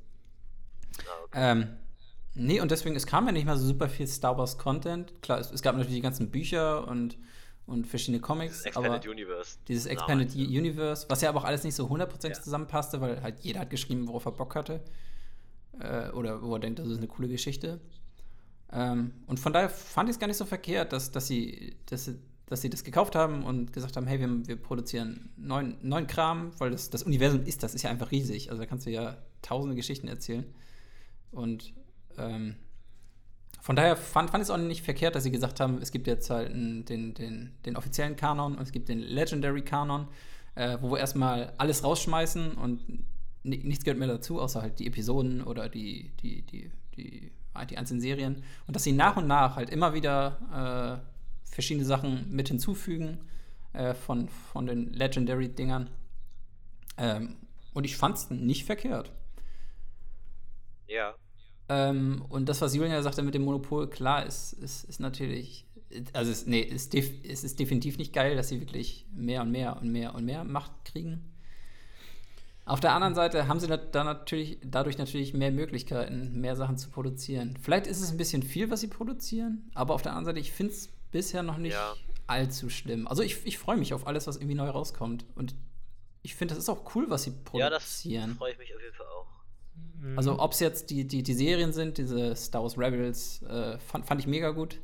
Okay. Nee, und deswegen, es kam ja nicht mal so super viel Star Wars Content. Klar, es gab natürlich die ganzen Bücher und verschiedene Comics. Dieses Expanded Universe. Dieses Expanded Universe, was ja aber auch alles nicht so 100% zusammenpasste, weil halt jeder hat geschrieben, worauf er Bock hatte. Oder wo er denkt, das ist eine coole Geschichte. Und von daher fand ich es gar nicht so verkehrt, dass sie das gekauft haben und gesagt haben, hey, wir produzieren neuen Kram, weil das Universum ist ja einfach riesig. Also da kannst du ja tausende Geschichten erzählen. Und von daher fand ich es auch nicht verkehrt, dass sie gesagt haben, es gibt jetzt halt den offiziellen Kanon und es gibt den Legendary Kanon, wo wir erstmal alles rausschmeißen und nichts gehört mehr dazu, außer halt die Episoden oder die einzelnen Serien. Und dass sie nach und nach halt immer wieder verschiedene Sachen mit hinzufügen von den Legendary-Dingern. Und ich fand es nicht verkehrt. Ja. Und das, was Julian ja sagte mit dem Monopol, klar, ist natürlich, also es ist definitiv nicht geil, dass sie wirklich mehr und mehr und mehr und mehr Macht kriegen. Auf der anderen Seite haben sie dadurch natürlich mehr Möglichkeiten, mehr Sachen zu produzieren. Vielleicht ist es ein bisschen viel, was sie produzieren, aber auf der anderen Seite, ich finde es bisher noch nicht allzu schlimm. Also ich freue mich auf alles, was irgendwie neu rauskommt. Und ich finde, das ist auch cool, was sie produzieren. Ja, das freue ich mich auf jeden Fall auch. Also ob es jetzt die Serien sind, diese Star Wars Rebels, fand ich mega gut.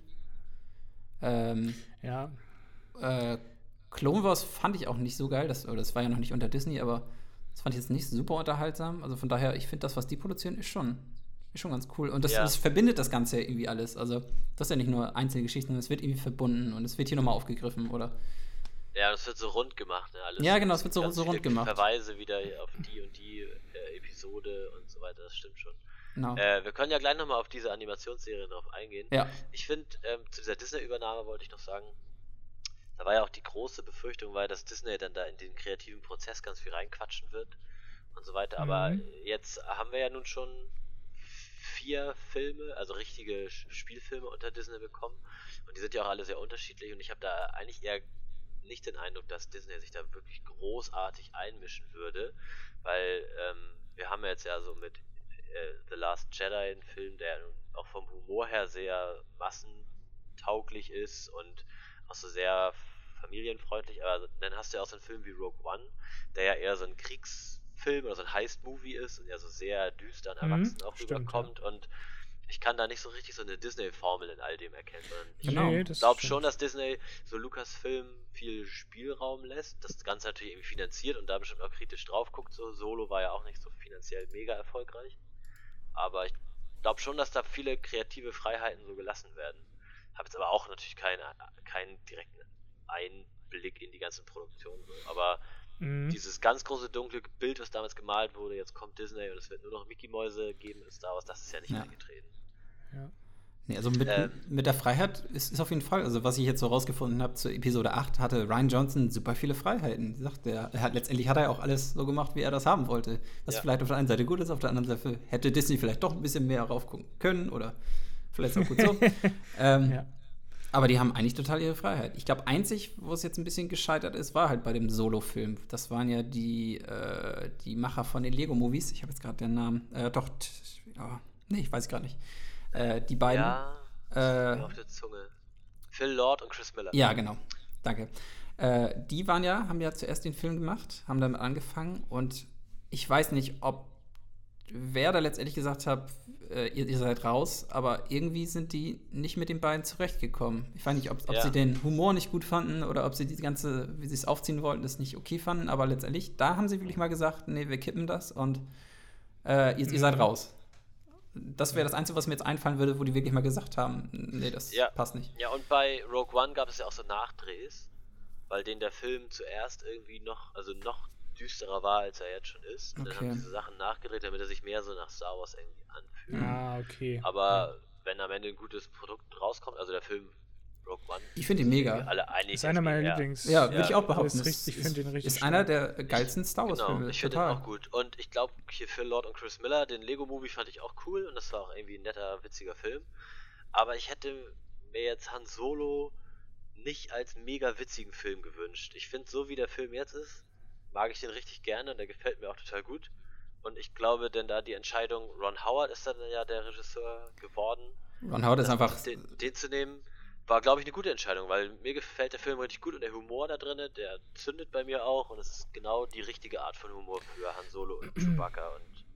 Clone Wars fand ich auch nicht so geil, das war ja noch nicht unter Disney, aber das fand ich jetzt nicht super unterhaltsam. Also von daher, ich finde das, was die produzieren, ist schon ganz cool. Und das verbindet das Ganze ja irgendwie alles. Also das ist ja nicht nur einzelne Geschichten, sondern es wird irgendwie verbunden und es wird hier nochmal aufgegriffen, oder? Ja, es wird so rund gemacht, ne? Alles. Ja, genau, es wird so rund gemacht. Verweise wieder auf die und die Episode und so weiter, das stimmt schon. Genau. Wir können ja gleich nochmal auf diese Animationsserie drauf eingehen. Ja. Ich finde, zu dieser Disney-Übernahme wollte ich noch sagen, da war ja auch die große Befürchtung, dass Disney dann da in den kreativen Prozess ganz viel reinquatschen wird und so weiter. Aber jetzt haben wir ja nun schon 4 Filme, also richtige Spielfilme unter Disney bekommen. Und die sind ja auch alle sehr unterschiedlich. Und ich habe da eigentlich eher nicht den Eindruck, dass Disney sich da wirklich großartig einmischen würde. Weil wir haben ja jetzt ja so mit The Last Jedi, ein Film, der auch vom Humor her sehr massentauglich ist und auch so sehr familienfreundlich, aber dann hast du ja auch so einen Film wie Rogue One, der ja eher so ein Kriegsfilm oder so ein Heist-Movie ist und ja so sehr düster und erwachsen auch rüberkommt und ich kann da nicht so richtig so eine Disney-Formel in all dem erkennen, sondern ich glaube schon, dass Disney so Lucasfilm viel Spielraum lässt, das Ganze natürlich irgendwie finanziert und da bestimmt auch kritisch drauf guckt, so Solo war ja auch nicht so finanziell mega erfolgreich, aber ich glaube schon, dass da viele kreative Freiheiten so gelassen werden. Habe jetzt aber auch natürlich keinen direkten Einblick in die ganzen Produktionen, so. Aber dieses ganz große dunkle Bild, was damals gemalt wurde, jetzt kommt Disney und es wird nur noch Mickey-Mäuse geben in Star Wars, das ist ja nicht eingetreten. Ja. Nee, also mit der Freiheit ist auf jeden Fall, also was ich jetzt so rausgefunden habe zu Episode 8, hatte Rian Johnson super viele Freiheiten. Sagt letztendlich hat er auch alles so gemacht, wie er das haben wollte. Was vielleicht auf der einen Seite gut ist, auf der anderen Seite hätte Disney vielleicht doch ein bisschen mehr raufgucken können oder vielleicht auch gut so. Aber die haben eigentlich total ihre Freiheit. Ich glaube, einzig, wo es jetzt ein bisschen gescheitert ist, war halt bei dem Solo-Film. Das waren ja die Macher von den Lego-Movies. Ich habe jetzt gerade den Namen. Ich weiß gerade nicht. Die beiden. Ja, auf der Zunge. Phil Lord und Chris Miller. Ja, genau. Danke. Die haben ja zuerst den Film gemacht, haben damit angefangen und ich weiß nicht, wer da letztendlich gesagt hat, ihr seid raus, aber irgendwie sind die nicht mit den beiden zurechtgekommen. Ich weiß nicht, ob sie den Humor nicht gut fanden oder ob sie die ganze, wie sie es aufziehen wollten, das nicht okay fanden, aber letztendlich, da haben sie wirklich mal gesagt, nee, wir kippen das und ihr seid raus. Das wäre das Einzige, was mir jetzt einfallen würde, wo die wirklich mal gesagt haben, nee, das passt nicht. Ja, und bei Rogue One gab es ja auch so Nachdrehs, weil der Film zuerst irgendwie noch düsterer war, als er jetzt schon ist. Okay. Dann haben diese Sachen nachgedreht, damit er sich mehr so nach Star Wars irgendwie anfühlt. Okay. Aber wenn am Ende ein gutes Produkt rauskommt, also der Film Rogue One. Ich finde ihn mega. Alle einig, ist einer meiner Lieblings. Ja, würde ich auch behaupten. Ich finde ihn richtig ist einer der geilsten Star Wars-Filme. Genau, ich finde ihn auch gut. Und ich glaube, hier Phil Lord und Chris Miller, den Lego-Movie fand ich auch cool und das war auch irgendwie ein netter, witziger Film. Aber ich hätte mir jetzt Han Solo nicht als mega witzigen Film gewünscht. Ich finde, so wie der Film jetzt ist, mag ich den richtig gerne und der gefällt mir auch total gut. Und ich glaube, denn da die Entscheidung, Ron Howard ist dann ja der Regisseur geworden. Ron Howard ist einfach... Den zu nehmen, war, glaube ich, eine gute Entscheidung, weil mir gefällt der Film richtig gut und der Humor da drin, der zündet bei mir auch und es ist genau die richtige Art von Humor für Han Solo und Chewbacca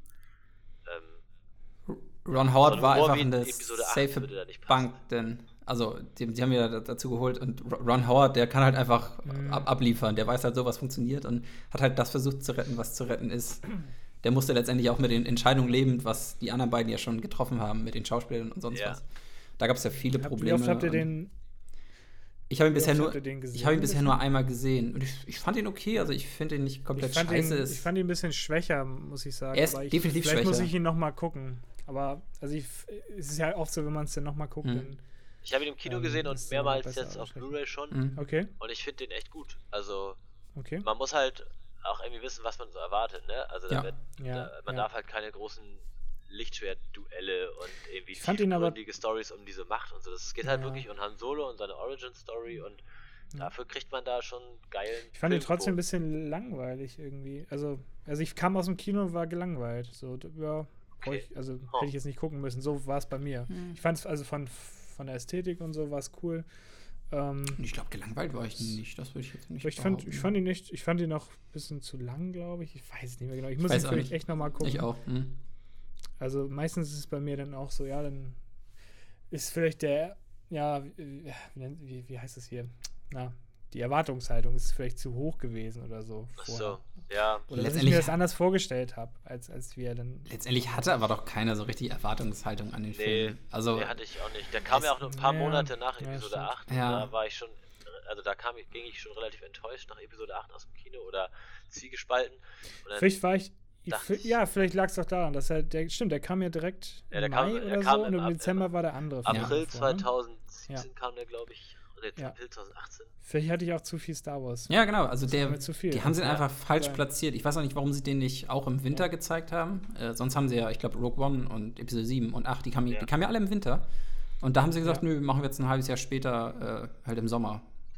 und Ron Howard war einfach eine safe Bank, denn die haben ja dazu geholt und Ron Howard, der kann halt einfach abliefern, der weiß halt so, was funktioniert und hat halt das versucht zu retten, was zu retten ist. Der musste letztendlich auch mit den Entscheidungen leben, was die anderen beiden ja schon getroffen haben, mit den Schauspielern und sonst was. Da gab es ja viele Probleme. Wie oft habt ihr den? Ich habe ihn bisher nur einmal gesehen. Und ich fand ihn okay, also ich finde ihn nicht komplett scheiße. Ich fand ihn ein bisschen schwächer, muss ich sagen. Er ist definitiv schwächer. Vielleicht muss ich ihn noch mal gucken. Aber es ist ja oft so, wenn man es dann noch mal guckt, dann ich habe ihn im Kino gesehen und mehrmals jetzt auf Blu-ray schon. Okay. Und ich finde den echt gut. Also man muss halt auch irgendwie wissen, was man so erwartet, ne? Also man darf halt keine großen Lichtschwert-Duelle und irgendwie tiefgründige Stories um diese Macht und so. Es geht halt wirklich um Han Solo und seine Origin-Story und dafür kriegt man da schon geilen Ich fand ihn trotzdem ein bisschen langweilig irgendwie. Also ich kam aus dem Kino und war gelangweilt. So, hätte ich jetzt nicht gucken müssen. So war es bei mir. Ich fand es also von der Ästhetik und so war es cool. Ich glaube, gelangweilt war ich nicht. Das würde ich jetzt nicht ich fand ihn nicht. Ich fand ihn noch ein bisschen zu lang, glaube ich. Ich weiß es nicht mehr genau. Ich muss ihn vielleicht echt nochmal gucken. Ich auch. Also meistens ist es bei mir dann auch so, dann ist vielleicht wie heißt es hier? Die Erwartungshaltung ist vielleicht zu hoch gewesen oder so. Ach so, ja. Oder dass ich mir das anders vorgestellt habe, als wir dann... Letztendlich hatte aber doch keiner so richtig Erwartungshaltung an den Film. Nee, hatte ich auch nicht. Der kam ja auch nur ein paar Monate nach Episode 8. Ja. Da war ich schon, also ging ich schon relativ enttäuscht nach Episode 8 aus dem Kino oder zwiegespalten. Vielleicht war ich... vielleicht lag es doch daran, dass der kam ja direkt im Mai oder so und im Dezember war der andere. April 2017 kam der, glaube ich, oder April 2018. Vielleicht hatte ich auch zu viel Star Wars. Ja, genau, also die haben sie einfach falsch sein. platziert. Ich weiß auch nicht, warum sie den nicht auch im Winter gezeigt haben. Sonst haben sie ja, ich glaube, Rogue One und Episode 7 und 8, die kamen ja alle im Winter. Und da haben sie gesagt, nö, machen wir jetzt ein halbes Jahr später halt im Sommer.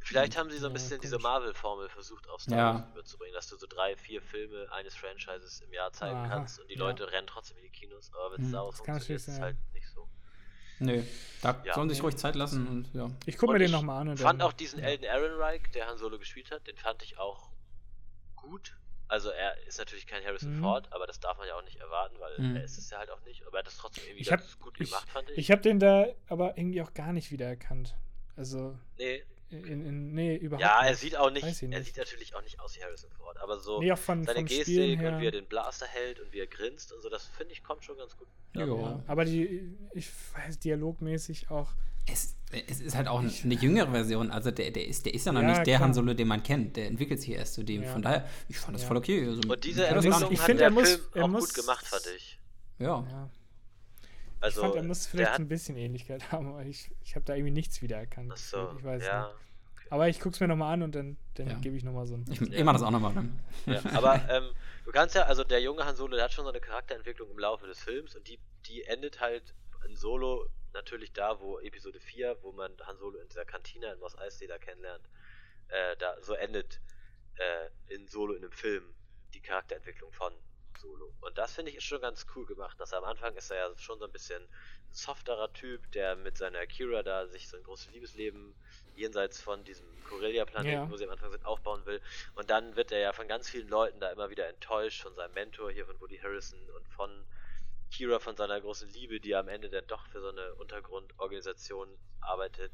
Vielleicht haben sie so ein bisschen diese Marvel-Formel versucht auf Star Wars überzubringen, dass du so 3, 4 Filme eines Franchises im Jahr zeigen kannst und die Leute rennen trotzdem in die Kinos, aber wenn Star Wars funktioniert, ist es halt nicht so. Nö, da sollen sich ruhig Zeit lassen und Ich gucke mir den nochmal an. Ich fand auch diesen Alden Ehrenreich, der Han Solo gespielt hat, den fand ich auch gut. Also er ist natürlich kein Harrison Ford, aber das darf man ja auch nicht erwarten, weil er ist es ja halt auch nicht, aber er hat das trotzdem irgendwie ganz gut gemacht, fand ich. Ich habe den da aber irgendwie auch gar nicht wiedererkannt. Also nee, überhaupt ja, nicht. er sieht natürlich auch nicht aus wie Harrison Ford, aber so auch seine Gestik und wie er den Blaster hält und wie er grinst und so, das finde ich kommt schon ganz gut. Ja. Aber ich weiß, dialogmäßig auch. Es ist halt auch eine jüngere Version, also der ist ja noch nicht der Han Solo, den man kennt, der entwickelt sich erst zu dem, von daher, ich fand das voll okay. Also, und diese Entwicklung hat der Film auch gut gemacht, fand ich. Ja. Also, ich fand, er muss vielleicht ein bisschen Ähnlichkeit haben, aber ich habe da irgendwie nichts wiedererkannt. Achso, ich weiß nicht. Okay. Aber ich guck's mir nochmal an und dann gebe ich nochmal so ein... Ich mach das auch nochmal. Ne? Ja, aber du kannst ja, also der junge Han Solo, der hat schon so eine Charakterentwicklung im Laufe des Films und die endet halt in Solo natürlich da, wo Episode 4, wo man Han Solo in dieser Kantine in Mos Eisley da kennenlernt, so endet in Solo in einem Film die Charakterentwicklung von Solo. Und das finde ich ist schon ganz cool gemacht. Dass am Anfang ist er ja schon so ein bisschen ein softerer Typ, der mit seiner Kira da sich so ein großes Liebesleben jenseits von diesem Corellia-Planeten, wo sie am Anfang sind, aufbauen will. Und dann wird er ja von ganz vielen Leuten da immer wieder enttäuscht, von seinem Mentor hier, von Woody Harrelson und von Kira, von seiner großen Liebe, die am Ende dann doch für so eine Untergrundorganisation arbeitet.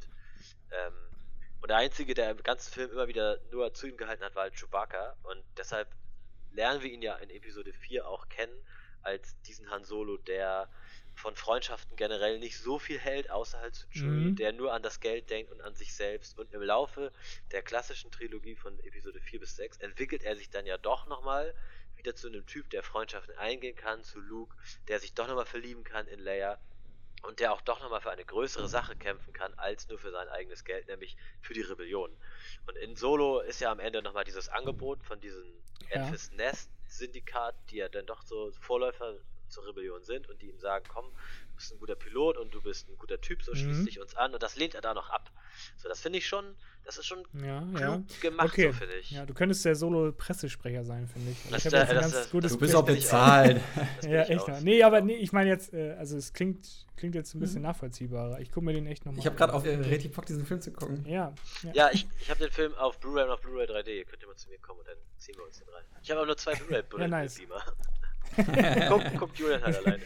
Und der Einzige, der im ganzen Film immer wieder nur zu ihm gehalten hat, war halt Chewbacca. Und deshalb lernen wir ihn ja in Episode 4 auch kennen, als diesen Han Solo, der von Freundschaften generell nicht so viel hält, außer halt zu Chewie, der nur an das Geld denkt und an sich selbst. Und im Laufe der klassischen Trilogie von Episode 4 bis 6 entwickelt er sich dann ja doch nochmal wieder zu einem Typ, der Freundschaften eingehen kann, zu Luke, der sich doch nochmal verlieben kann in Leia und der auch doch nochmal für eine größere Sache kämpfen kann, als nur für sein eigenes Geld, nämlich für die Rebellion. Und in Solo ist ja am Ende nochmal dieses Angebot von diesem Enfys Nest Syndikat, die ja dann doch so Vorläufer zur Rebellion sind und die ihm sagen, komm, du bist ein guter Pilot und du bist ein guter Typ, so schließ dich uns an, und das lehnt er da noch ab. So, das finde ich schon, das ist schon klug gemacht, so finde ich. Ja, du könntest der Solo-Pressesprecher sein, finde ich. Ich ein ganz gutes du bist auch bezahlt. Ja, echt. Nee, ich meine jetzt, also es klingt jetzt ein bisschen nachvollziehbarer. Ich gucke mir den echt nochmal an. Ich habe gerade auch richtig Bock, diesen Film zu gucken. Ja, ich habe den Film auf Blu-ray und auf Blu-ray 3D. Ihr könnt immer zu mir kommen und dann ziehen wir uns den rein. Ich habe aber nur 2 Blu-ray-Bullen nice. Guckt Julian halt alleine.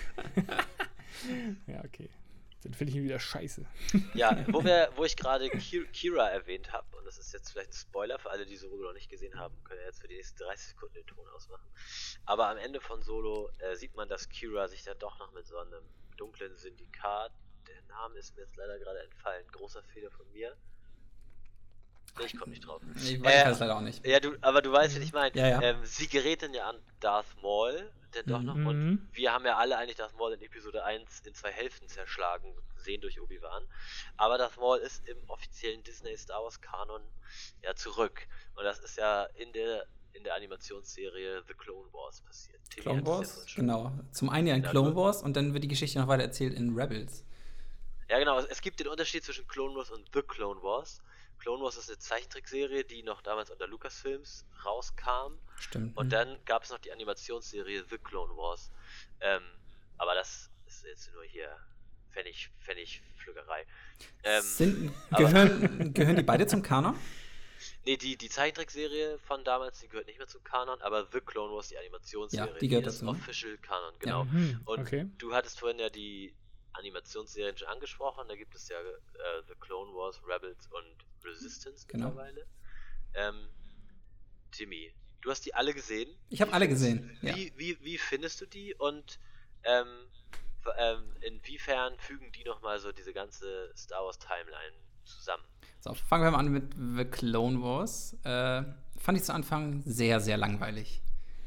Ja, okay. Dann finde ich ihn wieder scheiße. Ja, wo ich gerade Kira erwähnt habe, und das ist jetzt vielleicht ein Spoiler für alle, die Solo noch nicht gesehen haben, können ja jetzt für die nächsten 30 Sekunden den Ton ausmachen. Aber am Ende von Solo sieht man, dass Kira sich dann doch noch mit so einem dunklen Syndikat, der Name ist mir jetzt leider gerade entfallen, großer Fehler von mir. Nee, ich komme nicht drauf. Ich weiß leider auch nicht. Ja, aber du weißt, was ich meine. Ja. Sie gerät dann ja an Darth Maul, der doch noch, und wir haben ja alle eigentlich Darth Maul in Episode 1 in 2 Hälften zerschlagen sehen durch Obi-Wan. Aber Darth Maul ist im offiziellen Disney Star Wars Kanon ja zurück. Und das ist ja in der Animationsserie The Clone Wars passiert. Clone Wars, genau. Zum einen ja in Clone Wars und dann wird die Geschichte noch weiter erzählt in Rebels. Ja, genau. Es gibt den Unterschied zwischen Clone Wars und The Clone Wars. Clone Wars ist eine Zeichentrickserie, die noch damals unter Lucasfilms rauskam. Stimmt. Und dann gab es noch die Animationsserie The Clone Wars. Aber das ist jetzt nur hier Pfennigpflückerei. Gehören die beide zum Kanon? Nee, die Zeichentrickserie von damals, die gehört nicht mehr zum Kanon, aber The Clone Wars, die Animationsserie, die gehört ist dazu. Official Kanon, genau. Ja. Und du hattest vorhin ja die Animationsserien schon angesprochen, da gibt es ja The Clone Wars, Rebels und Resistance mittlerweile. Timmy, du hast die alle gesehen? Ich habe alle gesehen. Wie findest du die und inwiefern fügen die nochmal so diese ganze Star Wars Timeline zusammen? So, fangen wir mal an mit The Clone Wars. Fand ich zu Anfang sehr, sehr langweilig.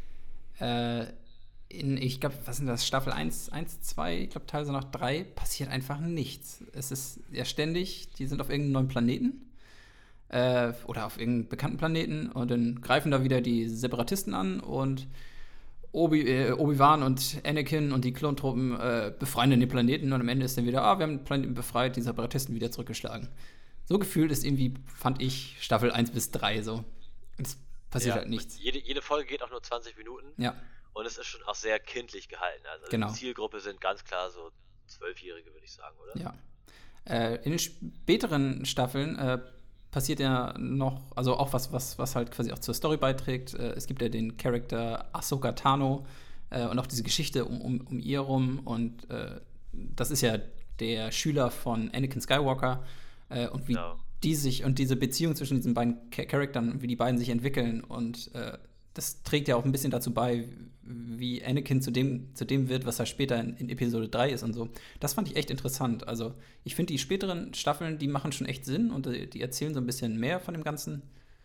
Ich glaube, was sind das? Staffel 1, 2, ich glaube teilweise noch 3, passiert einfach nichts. Es ist ja ständig, die sind auf irgendeinem neuen Planeten oder auf irgendeinem bekannten Planeten und dann greifen da wieder die Separatisten an und Obi-Wan und Anakin und die Klontruppen befreien dann den Planeten und am Ende ist dann wieder, wir haben den Planeten befreit, die Separatisten wieder zurückgeschlagen. so gefühlt ist irgendwie, fand ich, Staffel 1 bis 3 so. Und es passiert halt nichts. Jede Folge geht auch nur 20 Minuten. Ja. Und es ist schon auch sehr kindlich gehalten. Also genau. Die Zielgruppe sind ganz klar so 12-Jährige, würde ich sagen, oder? Ja. In den späteren Staffeln passiert ja noch, also auch was halt quasi auch zur Story beiträgt. Es gibt ja den Charakter Ahsoka Tano und auch diese Geschichte um ihr rum. Und das ist ja der Schüler von Anakin Skywalker. Und wie die sich und diese Beziehung zwischen diesen beiden Charakteren, wie die beiden sich entwickeln. Und das trägt ja auch ein bisschen dazu bei, wie Anakin zu dem wird, was er später in Episode 3 ist und so. Das fand ich echt interessant. Also ich finde, die späteren Staffeln, die machen schon echt Sinn und die erzählen so ein bisschen mehr von dem Ganzen.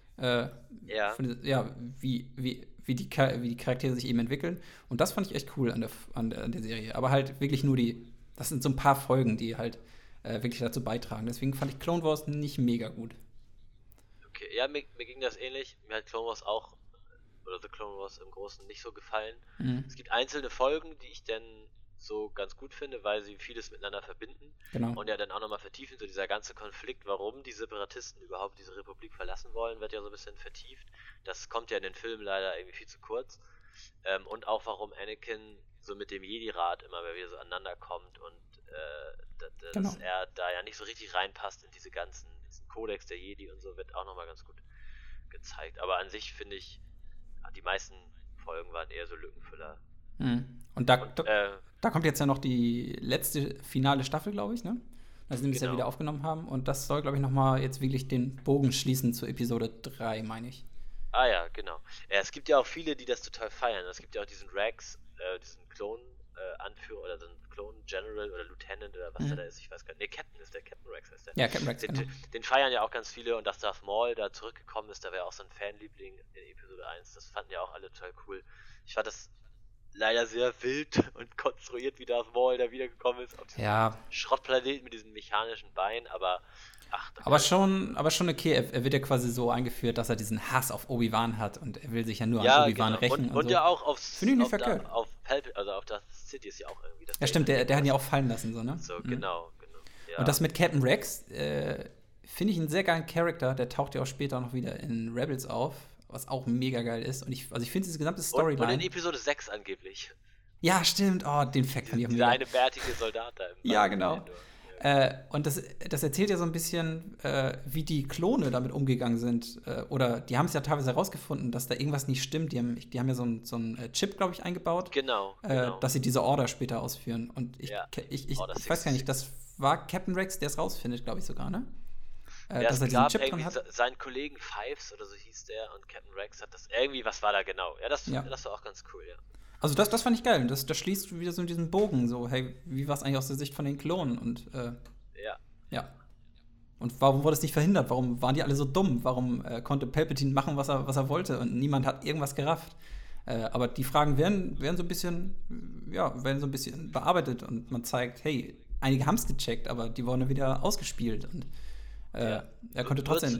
Wie die Charaktere sich eben entwickeln. Und das fand ich echt cool an der Serie. Aber halt wirklich nur das sind so ein paar Folgen, die halt wirklich dazu beitragen. Deswegen fand ich Clone Wars nicht mega gut. Okay, ja, mir ging das ähnlich. Mir hat Clone Wars auch, oder The Clone Wars im Großen, nicht so gefallen. Mhm. Es gibt einzelne Folgen, die ich dann so ganz gut finde, weil sie vieles miteinander verbinden. Genau. Und ja dann auch nochmal vertiefen. So dieser ganze Konflikt, warum die Separatisten überhaupt diese Republik verlassen wollen, wird ja so ein bisschen vertieft. Das kommt ja in den Filmen leider irgendwie viel zu kurz. Und auch warum Anakin so mit dem Jedi-Rat immer wieder so aneinander kommt und dass er da ja nicht so richtig reinpasst in diesen Kodex der Jedi und so, wird auch nochmal ganz gut gezeigt. Aber an sich finde ich, die meisten Folgen waren eher so Lückenfüller. Mhm. Und da kommt jetzt ja noch die letzte finale Staffel, glaube ich, ne? Also die es ja wieder aufgenommen haben. Und das soll, glaube ich, nochmal jetzt wirklich den Bogen schließen zu Episode 3, meine ich. Ah ja, genau. Ja, es gibt ja auch viele, die das total feiern. Es gibt ja auch diesen Rex, diesen Klon-Anführer oder den Klon-General oder Lieutenant oder was der da ist, ich weiß gar nicht. Nee, Captain ist der, Captain Rex heißt der. Ja, Captain Rex, den feiern ja auch ganz viele und dass Darth Maul da zurückgekommen ist, da wäre auch so ein Fanliebling in Episode 1. Das fanden ja auch alle total cool. Ich fand das leider sehr wild und konstruiert, wie Darth Maul da wiedergekommen ist. Auf diesem Schrottplanet mit diesem mechanischen Bein, aber aber schon okay, er wird ja quasi so eingeführt, dass er diesen Hass auf Obi-Wan hat und er will sich ja nur an Obi-Wan rächen. Und so. Ja auch auf Darth City ist ja auch irgendwie das. Ja, stimmt, der hat ihn ja auch fallen lassen, so, ne? So, genau. Ja. Und das mit Captain Rex finde ich einen sehr geilen Charakter, der taucht ja auch später noch wieder in Rebels auf, was auch mega geil ist. Und ich finde diese gesamte Storyline. Und in Episode 6 angeblich. Ja, stimmt. Oh, den Fact fand ich auch mega. Dieser eine bärtige Soldat da. Ja, genau. Und das erzählt ja so ein bisschen, wie die Klone damit umgegangen sind. Oder die haben es ja teilweise herausgefunden, dass da irgendwas nicht stimmt. Die haben ja so einen Chip, glaube ich, eingebaut. Genau. Dass sie diese Order später ausführen. Und ich weiß gar nicht, das war Captain Rex, der es rausfindet, glaube ich sogar, ne? Dass er diesen Chip dran hat. Seinen Kollegen Fives oder so hieß der und Captain Rex hat das irgendwie, was war da genau? Ja, das war auch ganz cool, ja. Also das fand ich geil. Das schließt wieder so in diesen Bogen, so, hey, wie war es eigentlich aus der Sicht von den Klonen? Und ja. Und warum wurde es nicht verhindert? Warum waren die alle so dumm? Warum konnte Palpatine machen, was er wollte und niemand hat irgendwas gerafft? Aber die Fragen werden so ein bisschen bearbeitet und man zeigt, hey, einige haben es gecheckt, aber die wurden wieder ausgespielt und er konnte trotzdem.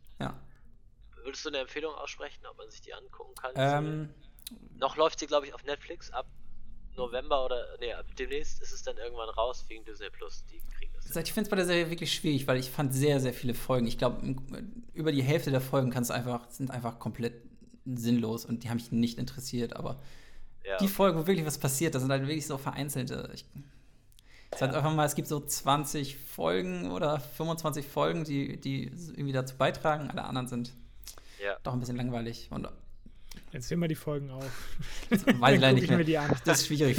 Würdest du eine Empfehlung aussprechen, ob man sich die angucken kann? Noch läuft sie, glaube ich, auf Netflix ab November ab demnächst ist es dann irgendwann raus wegen Disney Plus. Die kriegen das. Ich finde es bei der Serie wirklich schwierig, weil ich fand sehr, sehr viele Folgen. Ich glaube, über die Hälfte der Folgen sind einfach komplett sinnlos und die haben mich nicht interessiert. Aber die Folgen, wo wirklich was passiert, das sind halt wirklich so vereinzelte. Es gibt so 20 Folgen oder 25 Folgen, die irgendwie dazu beitragen. Alle anderen sind doch ein bisschen langweilig. Und jetzt nehmen wir die Folgen auf. Weiß ich leider nicht mehr. Mir die an. Das ist schwierig.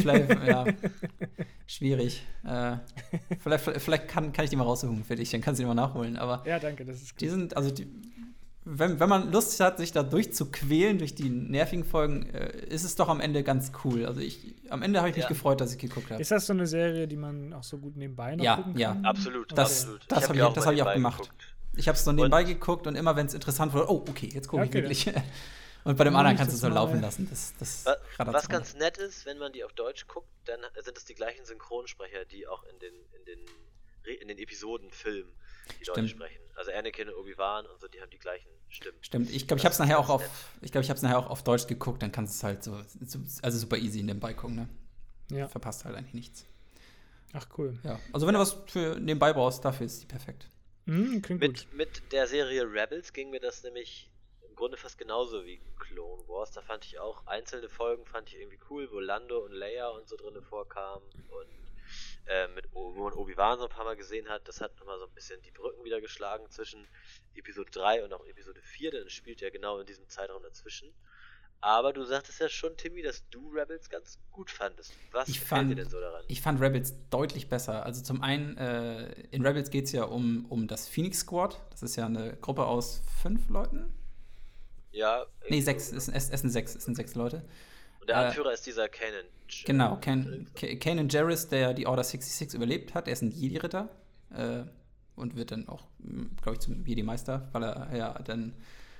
Schwierig. Vielleicht kann ich die mal raussuchen für dich, dann kannst du die mal nachholen. Aber ja, danke, das ist gut. Die sind, wenn man Lust hat, sich da durchzuquälen durch die nervigen Folgen, ist es doch am Ende ganz cool. Also am Ende habe ich mich gefreut, dass ich geguckt habe. Ist das so eine Serie, die man auch so gut nebenbei noch gucken kann? Ja, absolut. Das habe ich auch gemacht. Geguckt. Ich habe es so nebenbei geguckt und immer, wenn es interessant wurde, okay, jetzt gucke ich wirklich. Und bei dem anderen kannst du es so laufen lassen. Was ganz nett ist, wenn man die auf Deutsch guckt, dann sind es die gleichen Synchronsprecher, die auch in den Episoden filmen, die Leute sprechen. Also Anakin und Obi-Wan und so, die haben die gleichen Stimmen. Stimmt. Ich glaube, ich habe es nachher auch auf Deutsch geguckt, dann kannst du es halt super easy nebenbei gucken, ne? Ja. Verpasst halt eigentlich nichts. Ach, cool. Ja. Also wenn du was für nebenbei brauchst, dafür ist die perfekt. Mit der Serie Rebels ging mir das nämlich im Grunde fast genauso wie Clone Wars. Da fand ich auch einzelne Folgen irgendwie cool, wo Lando und Leia und so drin vorkamen und wo man Obi-Wan so ein paar Mal gesehen hat. Das hat nochmal so ein bisschen die Brücken wieder geschlagen zwischen Episode 3 und auch Episode 4, denn es spielt ja genau in diesem Zeitraum dazwischen. Aber du sagtest ja schon, Timmy, dass du Rebels ganz gut fandest. Was gefällt dir denn so daran? Ich fand Rebels deutlich besser. Also zum einen, in Rebels geht es ja um das Phoenix Squad. Das ist ja eine Gruppe aus 5 Leuten. Ja. Nee, 6. Es sind 6 Leute. Und der Anführer ist dieser Kanan. Genau, Kanan Jarrus, der die Order 66 überlebt hat. Er ist ein Jedi-Ritter und wird dann auch, glaube ich, zum Jedi-Meister, weil er ja dann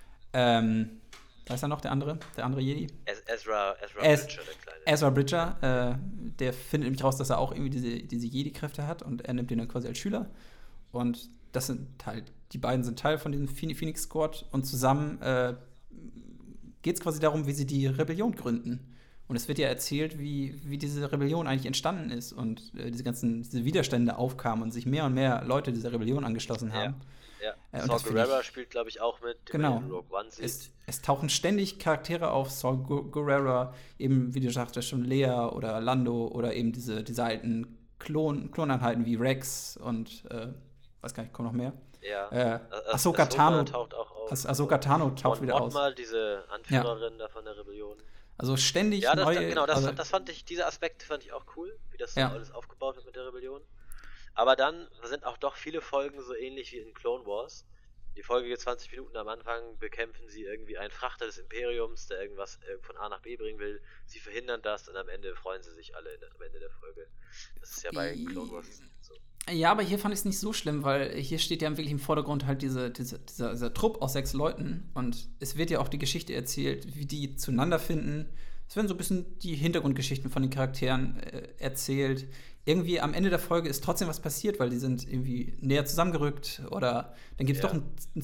da ist er noch, der andere Jedi? Ezra Bridger, der Kleine. Ezra Bridger, der findet nämlich raus, dass er auch irgendwie diese Jedi-Kräfte hat und er nimmt ihn dann quasi als Schüler. Und das sind halt, die beiden sind Teil von diesem Phoenix Squad und zusammen geht es quasi darum, wie sie die Rebellion gründen. Und es wird ja erzählt, wie diese Rebellion eigentlich entstanden ist und diese Widerstände aufkamen und sich mehr und mehr Leute dieser Rebellion angeschlossen haben. Ja. Saw Gerrera spielt, glaube ich, auch mit, genau. Rogue One sieht. Es tauchen ständig Charaktere auf, Saw Gerrera, eben, wie du sagtest, schon Lea oder Lando oder eben diese alten Kloneinheiten wie Rex und weiß gar nicht, kommt noch mehr? Ja. Ahsoka Tano taucht auch auf. Ahsoka Tano taucht wieder aus. Mal diese Anführerin da von der Rebellion. Also ständig neue... Das fand ich, dieser Aspekt fand ich auch cool, wie das so alles aufgebaut wird mit der Rebellion. Aber dann sind auch doch viele Folgen so ähnlich wie in Clone Wars. Die Folge geht 20 Minuten, am Anfang bekämpfen sie irgendwie einen Frachter des Imperiums, der irgendwas von A nach B bringen will. Sie verhindern das und am Ende freuen sie sich alle am Ende der Folge. Das ist ja bei Clone Wars so. Ja, aber hier fand ich es nicht so schlimm, weil hier steht ja wirklich im Vordergrund halt dieser Trupp aus 6 Leuten und es wird ja auch die Geschichte erzählt, wie die zueinander finden. Es werden so ein bisschen die Hintergrundgeschichten von den Charakteren erzählt. Irgendwie am Ende der Folge ist trotzdem was passiert, weil die sind irgendwie näher zusammengerückt oder dann gibt es doch einen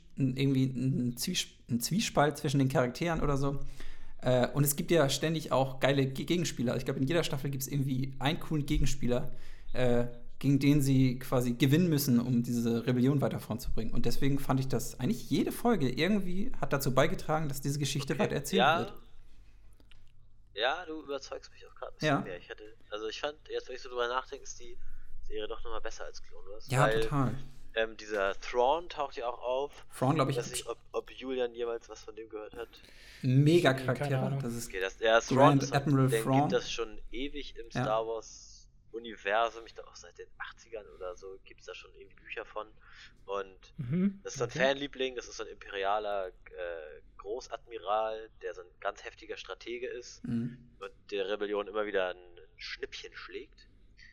Zwiespalt zwischen den Charakteren oder so. Und es gibt ja ständig auch geile Gegenspieler. Ich glaube, in jeder Staffel gibt es irgendwie einen coolen Gegenspieler, gegen den sie quasi gewinnen müssen, um diese Rebellion weiter voranzubringen. Und deswegen fand ich, dass eigentlich jede Folge irgendwie hat dazu beigetragen, dass diese Geschichte weiter erzählt wird. Ja, du überzeugst mich auch gerade ein bisschen mehr. Ich fand, jetzt wenn ich so drüber nachdenke, ist die Serie doch nochmal besser als Clone Wars. Ja, total. Dieser Thrawn taucht ja auch auf. Thrawn, glaube ich. Ich weiß nicht, ob Julian jemals was von dem gehört hat. Mega Charaktere. Das ist Thrawn, den gibt das schon ewig im Star Wars Universum. Ich glaube auch seit den 80ern oder so gibt es da schon irgendwie Bücher von. Und das ist so ein Fanliebling, das ist so ein imperialer Großadmiral, der so ein ganz heftiger Stratege ist und der Rebellion immer wieder ein Schnippchen schlägt.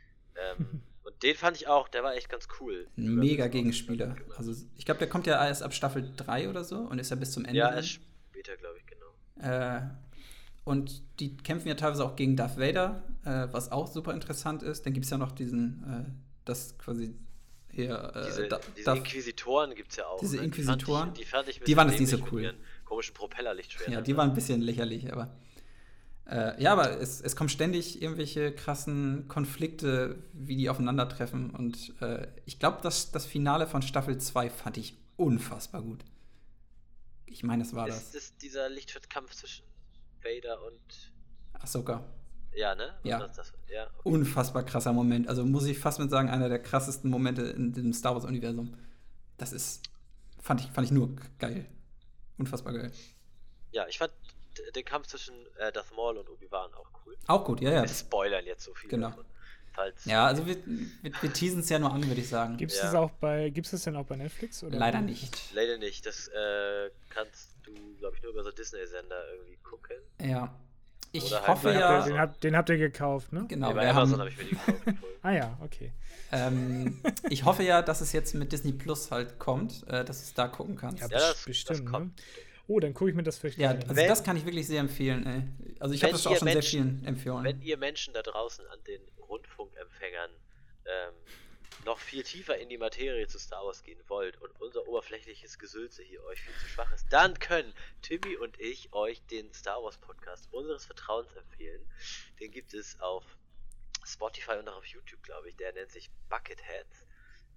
Und den fand ich auch, der war echt ganz cool. Ein mega Gegenspieler. Also ich glaube, der kommt ja erst ab Staffel 3 oder so und ist ja bis zum Ende. Ja, erst später, glaube ich, genau. Und die kämpfen ja teilweise auch gegen Darth Vader, was auch super interessant ist. Dann gibt es ja noch diesen, das quasi hier. Diese Inquisitoren gibt es ja auch. Diese Inquisitoren. Die fand ich die waren jetzt nicht so cool. Mit ihren komischen Propellerlichtschwertern. Ja, die waren ein bisschen lächerlich, aber. Aber es kommen ständig irgendwelche krassen Konflikte, wie die aufeinandertreffen. Und ich glaube, das Finale von Staffel 2 fand ich unfassbar gut. Ich meine, das war das. Ist dieser Lichtschwertkampf zwischen Vader und Ahsoka. Ja, ne? Ja. Okay. Unfassbar krasser Moment. Also muss ich fast mit sagen, einer der krassesten Momente in diesem Star Wars-Universum. Das ist, fand ich nur geil. Unfassbar geil. Ja, ich fand den Kampf zwischen Darth Maul und Obi-Wan auch cool. Auch gut, ja. Wir spoilern jetzt so viel. Genau. Davon. Also wir teasen es ja nur an, würde ich sagen. Gibt's das denn auch bei Netflix? Oder? Leider nicht. Leider nicht. Das kannst du, glaube ich, nur über so Disney-Sender irgendwie gucken. Ja. Ich oder hoffe halt den habt ihr gekauft, ne? Genau. Bei Amazon habe ich mir die gekauft. Ah ja, okay. Ich hoffe ja, dass es jetzt mit Disney Plus halt kommt, dass du es da gucken kannst. Ja, das bestimmt. Das kommt. Ne? Oh, dann gucke ich mir das vielleicht an. Ja, also das kann ich wirklich sehr empfehlen. Ey. Also ich habe das auch schon sehr vielen empfohlen. Wenn ihr Menschen da draußen an den Rundfunkempfängern noch viel tiefer in die Materie zu Star Wars gehen wollt und unser oberflächliches Gesülze hier euch viel zu schwach ist, dann können Timmy und ich euch den Star Wars Podcast unseres Vertrauens empfehlen. Den gibt es auf Spotify und auch auf YouTube, glaube ich. Der nennt sich Bucketheads.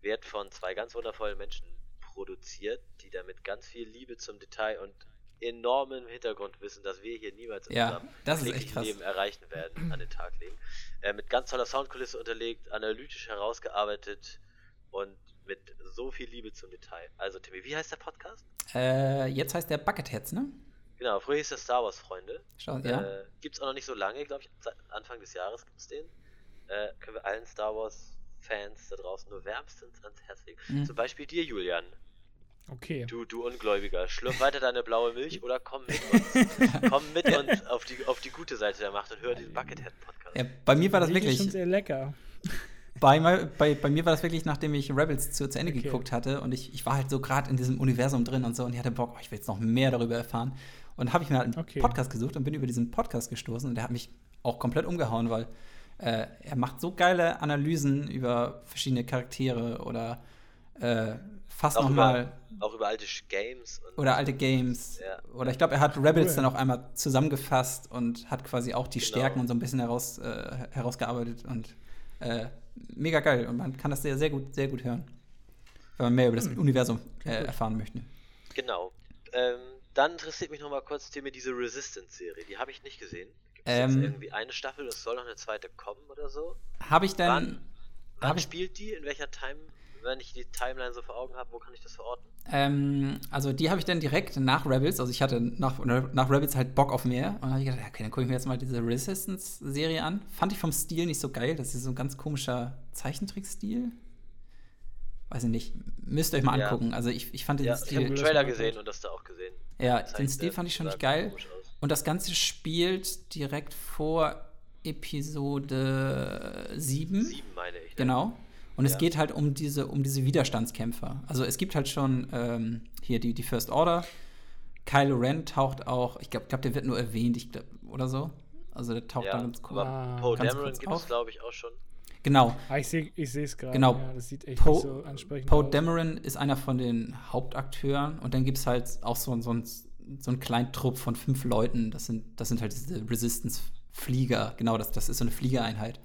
wird von 2 ganz wundervollen Menschen produziert, die damit ganz viel Liebe zum Detail und enormen Hintergrundwissen, dass wir hier niemals in unserem täglichen Leben erreichen werden, an den Tag legen. Mit ganz toller Soundkulisse unterlegt, analytisch herausgearbeitet und mit so viel Liebe zum Detail. Also Timmy, wie heißt der Podcast? Jetzt heißt der Bucketheads, ne? Genau, früher hieß der Star Wars Freunde. Gibt's auch noch nicht so lange, glaube ich, seit Anfang des Jahres gibt's den. Können wir allen Star Wars Fans da draußen nur wärmstens ans Herz legen. Zum Beispiel dir, Julian. Okay. Du Ungläubiger, schlürf weiter deine blaue Milch oder komm mit uns. Komm mit uns auf die gute Seite der Macht und hör diesen Buckethead-Podcast. Ja, bei mir war das wirklich schon sehr lecker. Bei mir war das wirklich, nachdem ich Rebels zu Ende geguckt hatte und ich war halt so gerade in diesem Universum drin und so und ich hatte Bock, ich will jetzt noch mehr darüber erfahren. Und habe ich mir halt einen Podcast gesucht und bin über diesen Podcast gestoßen und der hat mich auch komplett umgehauen, weil er macht so geile Analysen über verschiedene Charaktere oder fast nochmal. Auch über alte Games. Oder alte Games. Ja. Oder ich glaube, er hat Rebels dann auch einmal zusammengefasst und hat quasi auch die Stärken und so ein bisschen herausgearbeitet und mega geil. Und man kann das sehr gut hören, wenn man mehr über das Universum erfahren möchte. Genau. Dann interessiert mich noch mal kurz diese Resistance-Serie. Die habe ich nicht gesehen. Gibt es jetzt irgendwie eine Staffel? Es soll noch eine zweite kommen oder so? Habe ich dann. Wann spielt die? In welcher Time? Wenn ich die Timeline so vor Augen habe, wo kann ich das verorten? Also die habe ich dann direkt nach Rebels, also ich hatte nach Rebels halt Bock auf mehr und dann habe ich gedacht, okay, dann gucke ich mir jetzt mal diese Resistance-Serie an. Fand ich vom Stil nicht so geil, das ist so ein ganz komischer Zeichentrickstil. Weiß ich nicht, müsst ihr euch mal angucken. Also ich fand den Stil. Ich habe den Trailer gesehen und das da auch gesehen. Ja, den Stil fand ich schon nicht geil. Und das Ganze spielt direkt vor Episode 7. 7 meine ich. Genau. Und es geht halt um diese Widerstandskämpfer. Also es gibt halt schon hier die First Order. Kylo Ren taucht auch, ich glaube, der wird nur erwähnt, oder so. Also der taucht da ganz kurz auf. Poe Dameron gibt es, glaube ich, auch schon. Genau. Ich sehe es gerade. Genau. Ja, das sieht echt nicht so ansprechend aus. Poe Dameron ist einer von den Hauptakteuren und dann gibt es halt auch so einen kleinen Trupp von 5 Leuten. Das sind halt diese Resistance-Flieger. Genau, das ist so eine Fliegereinheit.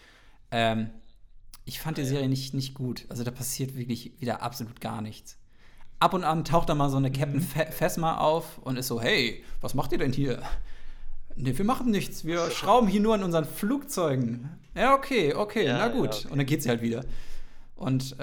Ich fand die Serie nicht gut. Also da passiert wirklich wieder absolut gar nichts. Ab und an taucht da mal so eine Captain Phasma auf und ist so, hey, was macht ihr denn hier? Ne, wir machen nichts. Wir schrauben hier nur an unseren Flugzeugen. Ja, okay, na gut. Ja, okay. Und dann geht sie halt wieder. Und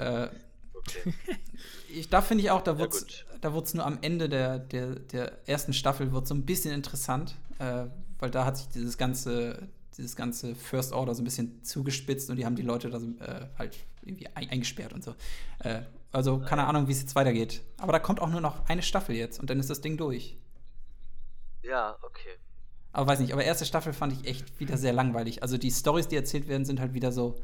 da finde ich auch, da wurde es nur am Ende der ersten Staffel wird so ein bisschen interessant, weil da hat sich dieses ganze First Order so ein bisschen zugespitzt und die haben die Leute da halt irgendwie eingesperrt und so. Also keine Ahnung, wie es jetzt weitergeht. Aber da kommt auch nur noch eine Staffel jetzt und dann ist das Ding durch. Ja, okay. Aber weiß nicht, aber erste Staffel fand ich echt wieder sehr langweilig. Also die Storys, die erzählt werden, sind halt wieder so,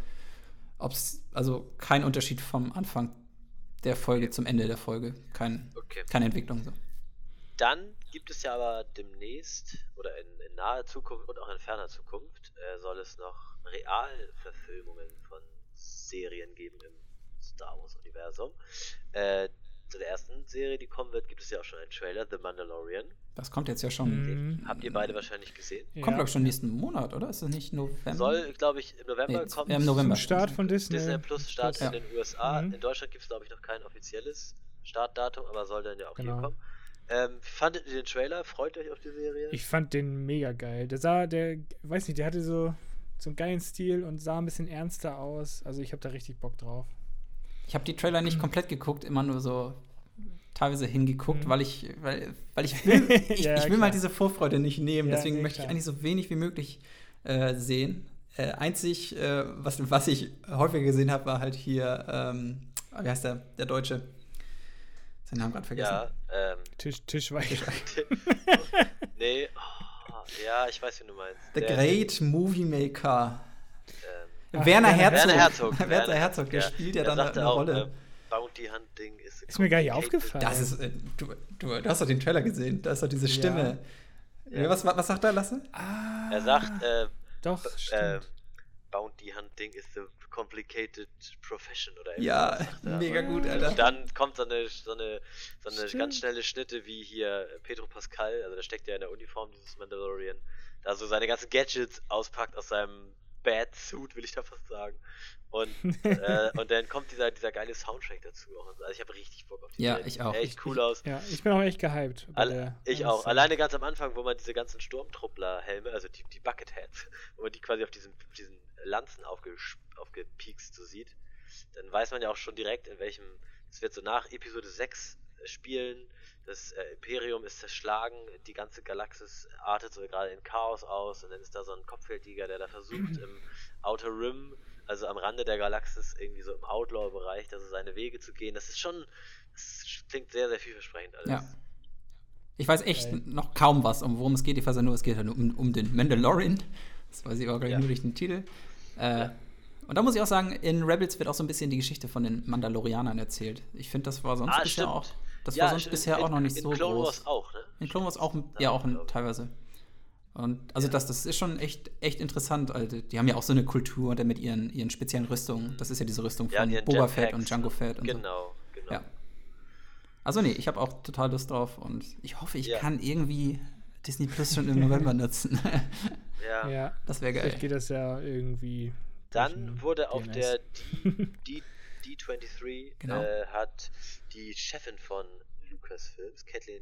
also kein Unterschied vom Anfang der Folge zum Ende der Folge. Keine Entwicklung so. Dann gibt es ja aber demnächst oder in naher Zukunft und auch in ferner Zukunft soll es noch Realverfilmungen von Serien geben im Star Wars Universum. Zu der ersten Serie, die kommen wird, gibt es ja auch schon einen Trailer, The Mandalorian. Das kommt jetzt ja schon. Den habt ihr beide wahrscheinlich gesehen. Kommt, glaube ich, schon nächsten Monat, oder? Ist das nicht November? Soll, glaube ich, im November kommen. Im November. Start von Disney. Disney Plus Start in den USA. In Deutschland gibt es, glaube ich, noch kein offizielles Startdatum, aber soll dann ja auch hier kommen. Wie fandet ihr den Trailer? Freut ihr euch auf die Serie? Ich fand den mega geil. Der hatte so einen geilen Stil und sah ein bisschen ernster aus. Also ich habe da richtig Bock drauf. Ich habe die Trailer nicht komplett geguckt, immer nur so teilweise hingeguckt, weil ich will, ich will mal diese Vorfreude nicht nehmen. Deswegen möchte ich eigentlich so wenig wie möglich sehen. Einzig, was ich häufiger gesehen habe, war halt hier, wie heißt der Deutsche? Seinen Namen gerade vergessen. Ja, Tischweiger. Nee, ja, ich weiß, wie du meinst. The Great Movie Maker. Werner Herzog. Werner Herzog, der spielt ja dann eine Rolle. Bounty Hunting ist mir gar nicht aufgefallen. Das ist, du hast doch den Trailer gesehen. Da ist doch diese Stimme. Ja. Was sagt er, Lasse? Er sagt, doch, stimmt. Bounty Hunting is a complicated profession oder ja, mega gut, Alter. Und dann kommt so eine ganz schnelle Schnitte wie hier Pedro Pascal, also der steckt ja in der Uniform dieses Mandalorian, da so seine ganzen Gadgets auspackt aus seinem Bad-Suit, will ich da fast sagen. Und dann kommt dieser geile Soundtrack dazu auch. Also ich habe richtig Bock auf die Serie. Ja, ich auch. Echt cool aus. Ja, ich bin auch echt gehypt. Ich auch. Alleine ganz am Anfang, wo man diese ganzen Sturmtruppler-Helme, also die Bucketheads, wo man die quasi auf diesen Lanzen aufgepiekst so sieht, dann weiß man ja auch schon direkt, in welchem, es wird so nach Episode 6 spielen, das Imperium ist zerschlagen, die ganze Galaxis artet so gerade in Chaos aus und dann ist da so ein Kopfgeldjäger, der da versucht im Outer Rim, also am Rande der Galaxis, irgendwie so im Outlaw-Bereich, da so seine Wege zu gehen. Das klingt sehr, sehr vielversprechend alles. Ja. Ich weiß echt noch kaum was, worum es geht. Ich weiß ja nur, es geht halt um den Mandalorian. Das weiß ich auch gar nicht nur durch den Titel. Und da muss ich auch sagen, in Rebels wird auch so ein bisschen die Geschichte von den Mandalorianern erzählt. Ich finde, das war sonst bisher auch. Bisher auch noch nicht so groß. In Clone Wars auch, ne? In Clone Wars auch, teilweise. Und also das ist schon echt interessant. Also, die haben ja auch so eine Kultur da mit ihren speziellen Rüstungen. Das ist ja diese Rüstung von Boba Fett und Jango Fett und genau. Ja. Also nee, ich habe auch total Lust drauf und ich hoffe, ich kann irgendwie Disney Plus schon im November nutzen. Ja. Das wäre geil. Vielleicht geht das ja irgendwie. Dann wurde auf der D23 hat die Chefin von Lucasfilms, Kathleen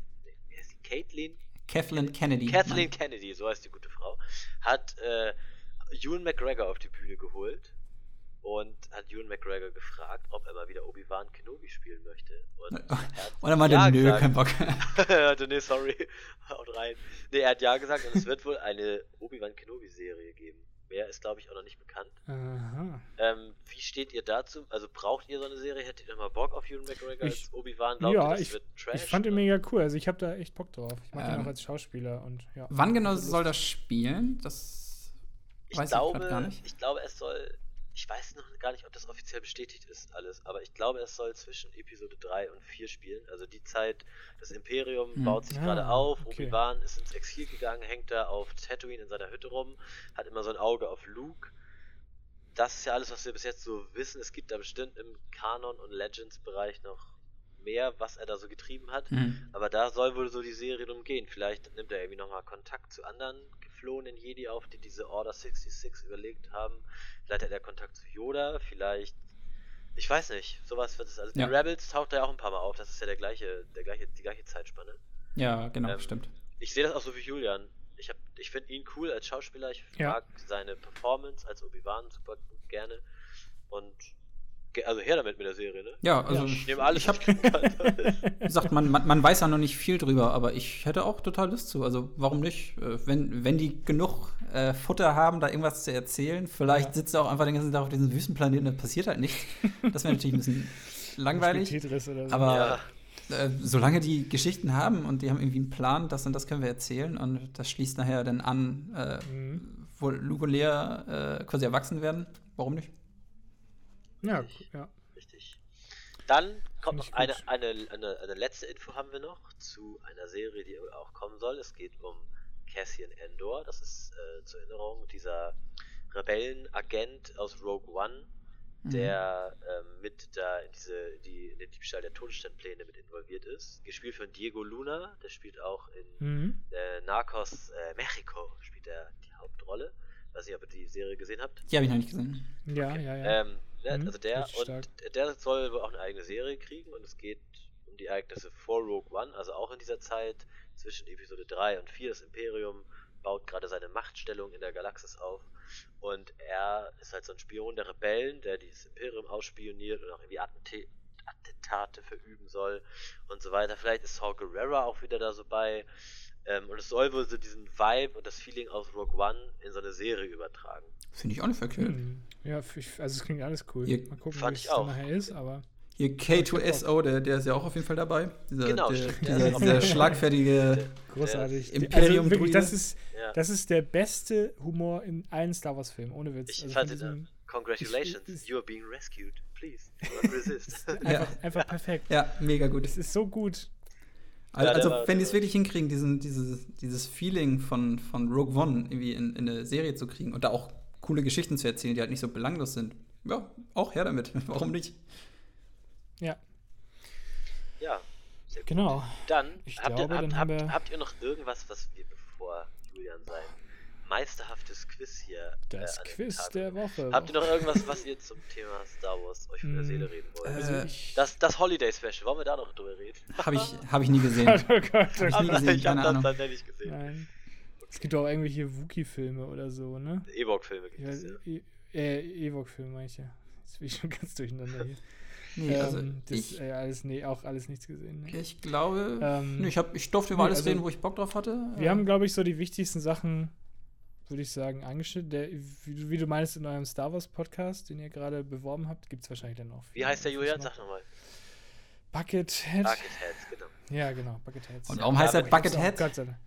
Kennedy, so heißt die gute Frau, hat Ewan McGregor auf die Bühne geholt und hat Ewan McGregor gefragt, ob er mal wieder Obi-Wan Kenobi spielen möchte. Und er meinte, nö, kein Bock. Nee, sorry, haut rein. Nee, er hat ja gesagt und es wird wohl eine Obi-Wan Kenobi-Serie geben. Mehr ist, glaube ich, auch noch nicht bekannt. Aha. Wie steht ihr dazu? Also braucht ihr so eine Serie? Hättet ihr mal Bock auf Ewan McGregor als Obi-Wan? Das wird Trash? Ich fand ihn mega cool. Also ich habe da echt Bock drauf. Ich mag ihn auch als Schauspieler. Und, ja. Wann genau soll das spielen? Das weiß ich gerade gar nicht. Ich glaube, es soll... Ich weiß noch gar nicht, ob das offiziell bestätigt ist, alles. Aber ich glaube, es soll zwischen Episode 3 und 4 spielen. Also die Zeit, das Imperium baut sich gerade auf. Okay. Obi-Wan ist ins Exil gegangen, hängt da auf Tatooine in seiner Hütte rum, hat immer so ein Auge auf Luke. Das ist ja alles, was wir bis jetzt so wissen. Es gibt da bestimmt im Kanon- und Legends-Bereich noch mehr, was er da so getrieben hat. Aber da soll wohl so die Serie drum gehen. Vielleicht nimmt er irgendwie nochmal Kontakt zu anderen geflohenen Jedi auf, die diese Order 66 überlegt haben. Vielleicht hat er Kontakt zu Yoda, vielleicht, ich weiß nicht, sowas wird es. Also die Rebels taucht da ja auch ein paar Mal auf, das ist ja die gleiche Zeitspanne. Ja, genau, stimmt. Ich sehe das auch so wie Julian. Ich finde ihn cool als Schauspieler, ich mag seine Performance als Obi-Wan super gerne und also her damit mit der Serie, ne? Ja, also ich nehme alles, was ich kann. Wie gesagt, man weiß ja noch nicht viel drüber, aber ich hätte auch total Lust zu. Also warum nicht? Wenn die genug Futter haben, da irgendwas zu erzählen, vielleicht sitzt er auch einfach den ganzen Tag auf diesem Wüstenplaneten und da passiert halt nichts. Das wäre natürlich ein bisschen langweilig. Tetris oder so. Aber solange die Geschichten haben und die haben irgendwie einen Plan, das und das können wir erzählen und das schließt nachher dann an, wo Luke und Leia quasi erwachsen werden, warum nicht? Ja. Richtig. Dann kommt noch eine letzte Info haben wir noch zu einer Serie, die auch kommen soll. Es geht um Cassian Andor. Das ist zur Erinnerung dieser Rebellenagent aus Rogue One, der mit da in den Diebstahl der Todessternpläne mit involviert ist. Gespielt von Diego Luna, der spielt auch in Narcos Mexico, spielt er die Hauptrolle. Weiß nicht, ob ihr die Serie gesehen habt. Die habe ich noch nicht gesehen. Ja. Also der soll wohl auch eine eigene Serie kriegen und es geht um die Ereignisse vor Rogue One, also auch in dieser Zeit zwischen Episode 3 und 4. Das Imperium baut gerade seine Machtstellung in der Galaxis auf und er ist halt so ein Spion der Rebellen, der dieses Imperium ausspioniert und auch irgendwie Attentate verüben soll und so weiter. Vielleicht ist Saw Gerrera auch wieder da so bei. Und es soll wohl so diesen Vibe und das Feeling aus Rogue One in so eine Serie übertragen. Finde ich auch nicht verkehrt. Ja, also es klingt alles cool. Mal gucken, wie es dann nachher ist, aber... Hier K2SO, der ist ja auch auf jeden Fall dabei. Dieser schlagfertige großartig. Imperium. Also wirklich, das ist der beste Humor in allen Star Wars Filmen, ohne Witz. Ich fand Congratulations, you are being rescued. Please, do not resist. Einfach perfekt. Ja, mega gut. Es ist so gut. Also wenn die es wirklich hinkriegen, dieses Feeling von Rogue One irgendwie in eine Serie zu kriegen und da auch coole Geschichten zu erzählen, die halt nicht so belanglos sind, ja, auch her damit. Warum nicht? Ja. Ja, sehr gut. Genau. Dann, habt ihr noch irgendwas, was wir, bevor Julian sein meisterhaftes Quiz hier. Das Quiz der Woche. Habt ihr noch irgendwas, was ihr zum Thema Star Wars euch von der Seele reden wollt? Also das Holiday Special, wollen wir da noch drüber reden? Hab ich nie gesehen. Oh Gott, ich hab das tatsächlich gesehen. Nein. Es gibt auch irgendwelche Wookie-Filme oder so, ne? Ewok-Filme gibt es, ja. Ewok-Filme meine ich ja. Jetzt bin ich schon ganz durcheinander hier. Nee, also alles nichts gesehen. Ne? Ich glaube, ich durfte über alles reden, wo ich Bock drauf hatte. Wir haben, glaube ich, so die wichtigsten Sachen, würde ich sagen, angeschnitten. Wie du meinst, in eurem Star Wars Podcast, den ihr gerade beworben habt, gibt es wahrscheinlich dann auch. Wie heißt der, Julian? Sag nochmal. Buckethead. Bucketheads, genau. Ja, genau, Bucketheads. Und warum heißt er Buckethead?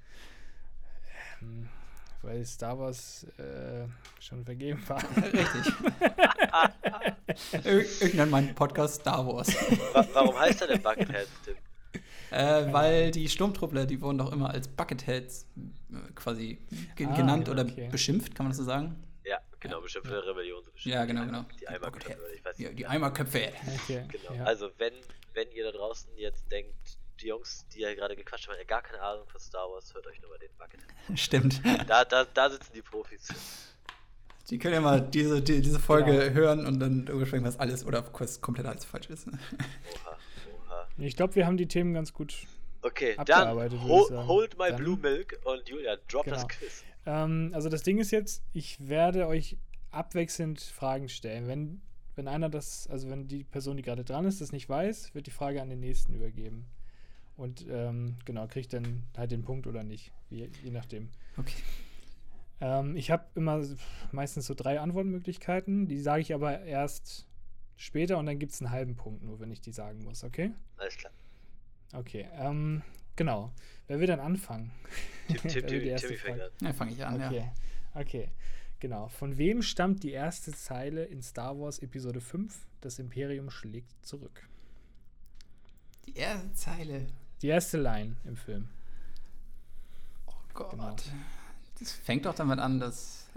Weil Star Wars schon vergeben war. Richtig. Irgendwann mein Podcast Star Wars. Warum heißt er denn Bucketheads, Tim? Weil die Sturmtruppler, die wurden doch immer als Bucketheads quasi genannt oder beschimpft, kann man das so sagen? Ja, genau, beschimpft oder Rebellion. So beschimpft. Ja, genau. Die Eimerköpfe, ich weiß nicht. Die Eimerköpfe. Okay. Genau, ja. Also wenn ihr da draußen jetzt denkt, die Jungs, die ja gerade gequatscht haben, gar keine Ahnung von Star Wars, hört euch nur mal den Buckethead. Stimmt. Da sitzen die Profis. Die können ja mal diese Folge hören und dann darüber sprechen, was alles oder komplett alles falsch ist. Oha. Ich glaube, wir haben die Themen ganz gut abgearbeitet. Dann hold my blue milk und Julia, drop das Quiz. Also das Ding ist jetzt, ich werde euch abwechselnd Fragen stellen. Wenn die Person, die gerade dran ist, das nicht weiß, wird die Frage an den nächsten übergeben. Und kriegt dann halt den Punkt oder nicht, je nachdem. Okay. Ich habe immer meistens so 3 Antwortmöglichkeiten, die sage ich aber erst später und dann gibt es einen halben Punkt nur, wenn ich die sagen muss, okay? Alles klar. Okay, genau. Wer will dann anfangen? Timmy fängt an. Ja, fange ich an, ja. Okay, genau. Von wem stammt die erste Zeile in Star Wars Episode 5? Das Imperium schlägt zurück. Die erste Zeile? Die erste Line im Film. Oh Gott. Genau. Das fängt doch damit an, dass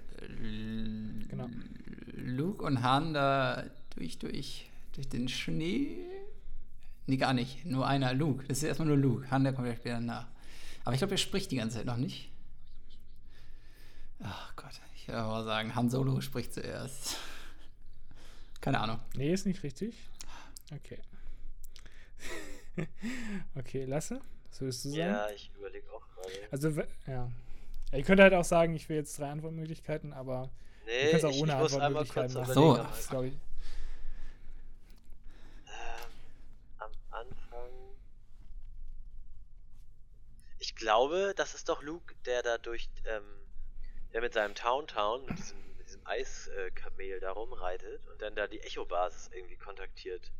Luke und Han da durch den Schnee. Nee, gar nicht. Nur einer, Luke. Das ist erstmal nur Luke. Han, der kommt ja später nach. Aber ich glaube, er spricht die ganze Zeit noch nicht. Ach Gott. Ich würde mal sagen, Han Solo spricht zuerst. Keine Ahnung. Nee, ist nicht richtig. Okay. Okay, Lasse? Was würdest du sagen? Ja, ich überlege auch gerade. Also, ja. Ihr könnt halt auch sagen, ich will jetzt 3 Antwortmöglichkeiten, aber nee, ihr könnt es auch ohne Antwortmöglichkeiten machen. So. Das glaube ich. Am Anfang. Ich glaube, das ist doch Luke, der da durch, der mit seinem Town, mit diesem Eiskamel da rumreitet und dann da die Echo-Basis irgendwie kontaktiert.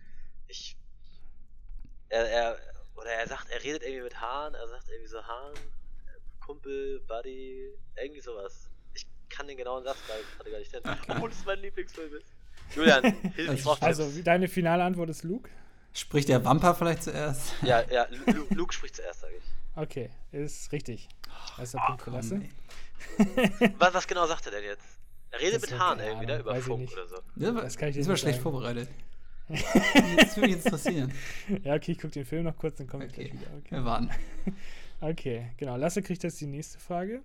Er redet irgendwie mit Han, er sagt irgendwie so Han, Kumpel, Buddy, irgendwie sowas. Ich kann den genauen Satz gerade gar nicht nennen, obwohl es mein Lieblingsfilm ist. Julian, hilf mir. Also, deine finale Antwort ist Luke? Spricht der Wampa vielleicht zuerst? Ja, Luke spricht zuerst, sage ich. Okay, ist richtig. Das ist der Punkt für Lasse. Was genau sagt er denn jetzt? Er redet mit Han irgendwie, ne? Über Funk oder so. Ja, das kann ich ist aber schlecht vorbereitet. Jetzt würde mich interessieren. Ja, okay, ich gucke den Film noch kurz, dann komme ich gleich wieder. Okay. Wir warten. Okay, genau. Lasse kriegt jetzt die nächste Frage.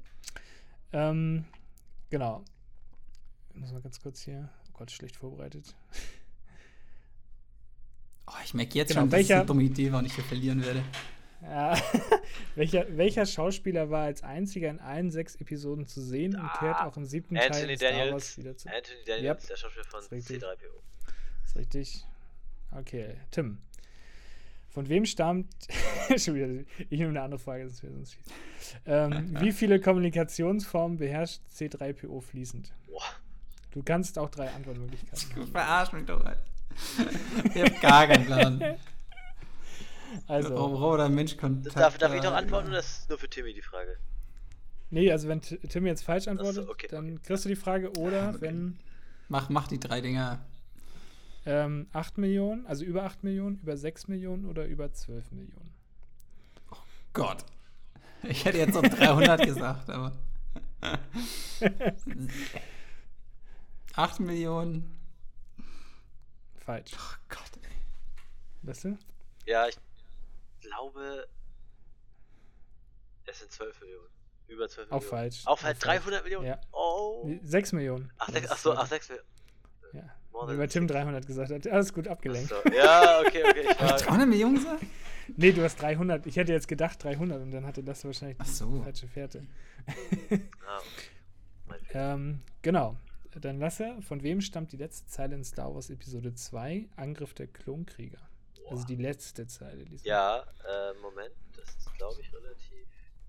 Genau. Ich muss mal ganz kurz hier. Oh Gott, schlecht vorbereitet. Oh, ich merke jetzt schon, dass es eine dumme Idee war und ich hier verlieren werde. Ja. welcher Schauspieler war als einziger in allen 6 Episoden zu sehen und kehrt auch im 7. Teil Star Wars wieder zu? Anthony Daniels, der Schauspieler von C3PO. Ist richtig. Okay, Tim. Von wem stammt. Ich nehme eine andere Frage, sonst wäre sonst fies. Wie viele Kommunikationsformen beherrscht C3PO fließend? Boah. Du kannst auch 3 Antwortmöglichkeiten haben. Verarsch mich doch, Alter. Ich hab gar keinen Plan. Also. Oder Mensch-Kontakt. Darf ich doch antworten oder ist nur für Timmy die Frage? Nee, also wenn Timmy jetzt falsch antwortet, okay. dann kriegst du die Frage. Oder wenn. Mach die 3 Dinger. 8 Millionen, also über 8 Millionen, über 6 Millionen oder über 12 Millionen? Oh Gott. Ich hätte jetzt noch 300 gesagt, aber. 8 Millionen. Falsch. Oh Gott, ey. Weißt du? Ja, ich glaube, es sind 12 Millionen. Über 12 Auch Millionen. falsch. Auch falsch. 300 Millionen? Ja. Oh. 6 Millionen. Ach, 6 Millionen. Ja. Weil Tim 300 gesagt hat. Alles gut, abgelenkt. So. Ja, okay. Ich Hab ich 300 Millionen gesagt? Nee, du hast 300. Ich hätte jetzt gedacht 300 und dann hatte das wahrscheinlich die falsche Fährte. Genau. Dann Lasse, von wem stammt die letzte Zeile in Star Wars Episode 2, Angriff der Klonkrieger? Boah. Also die letzte Zeile. Ja, Moment. Das ist, glaube ich, relativ...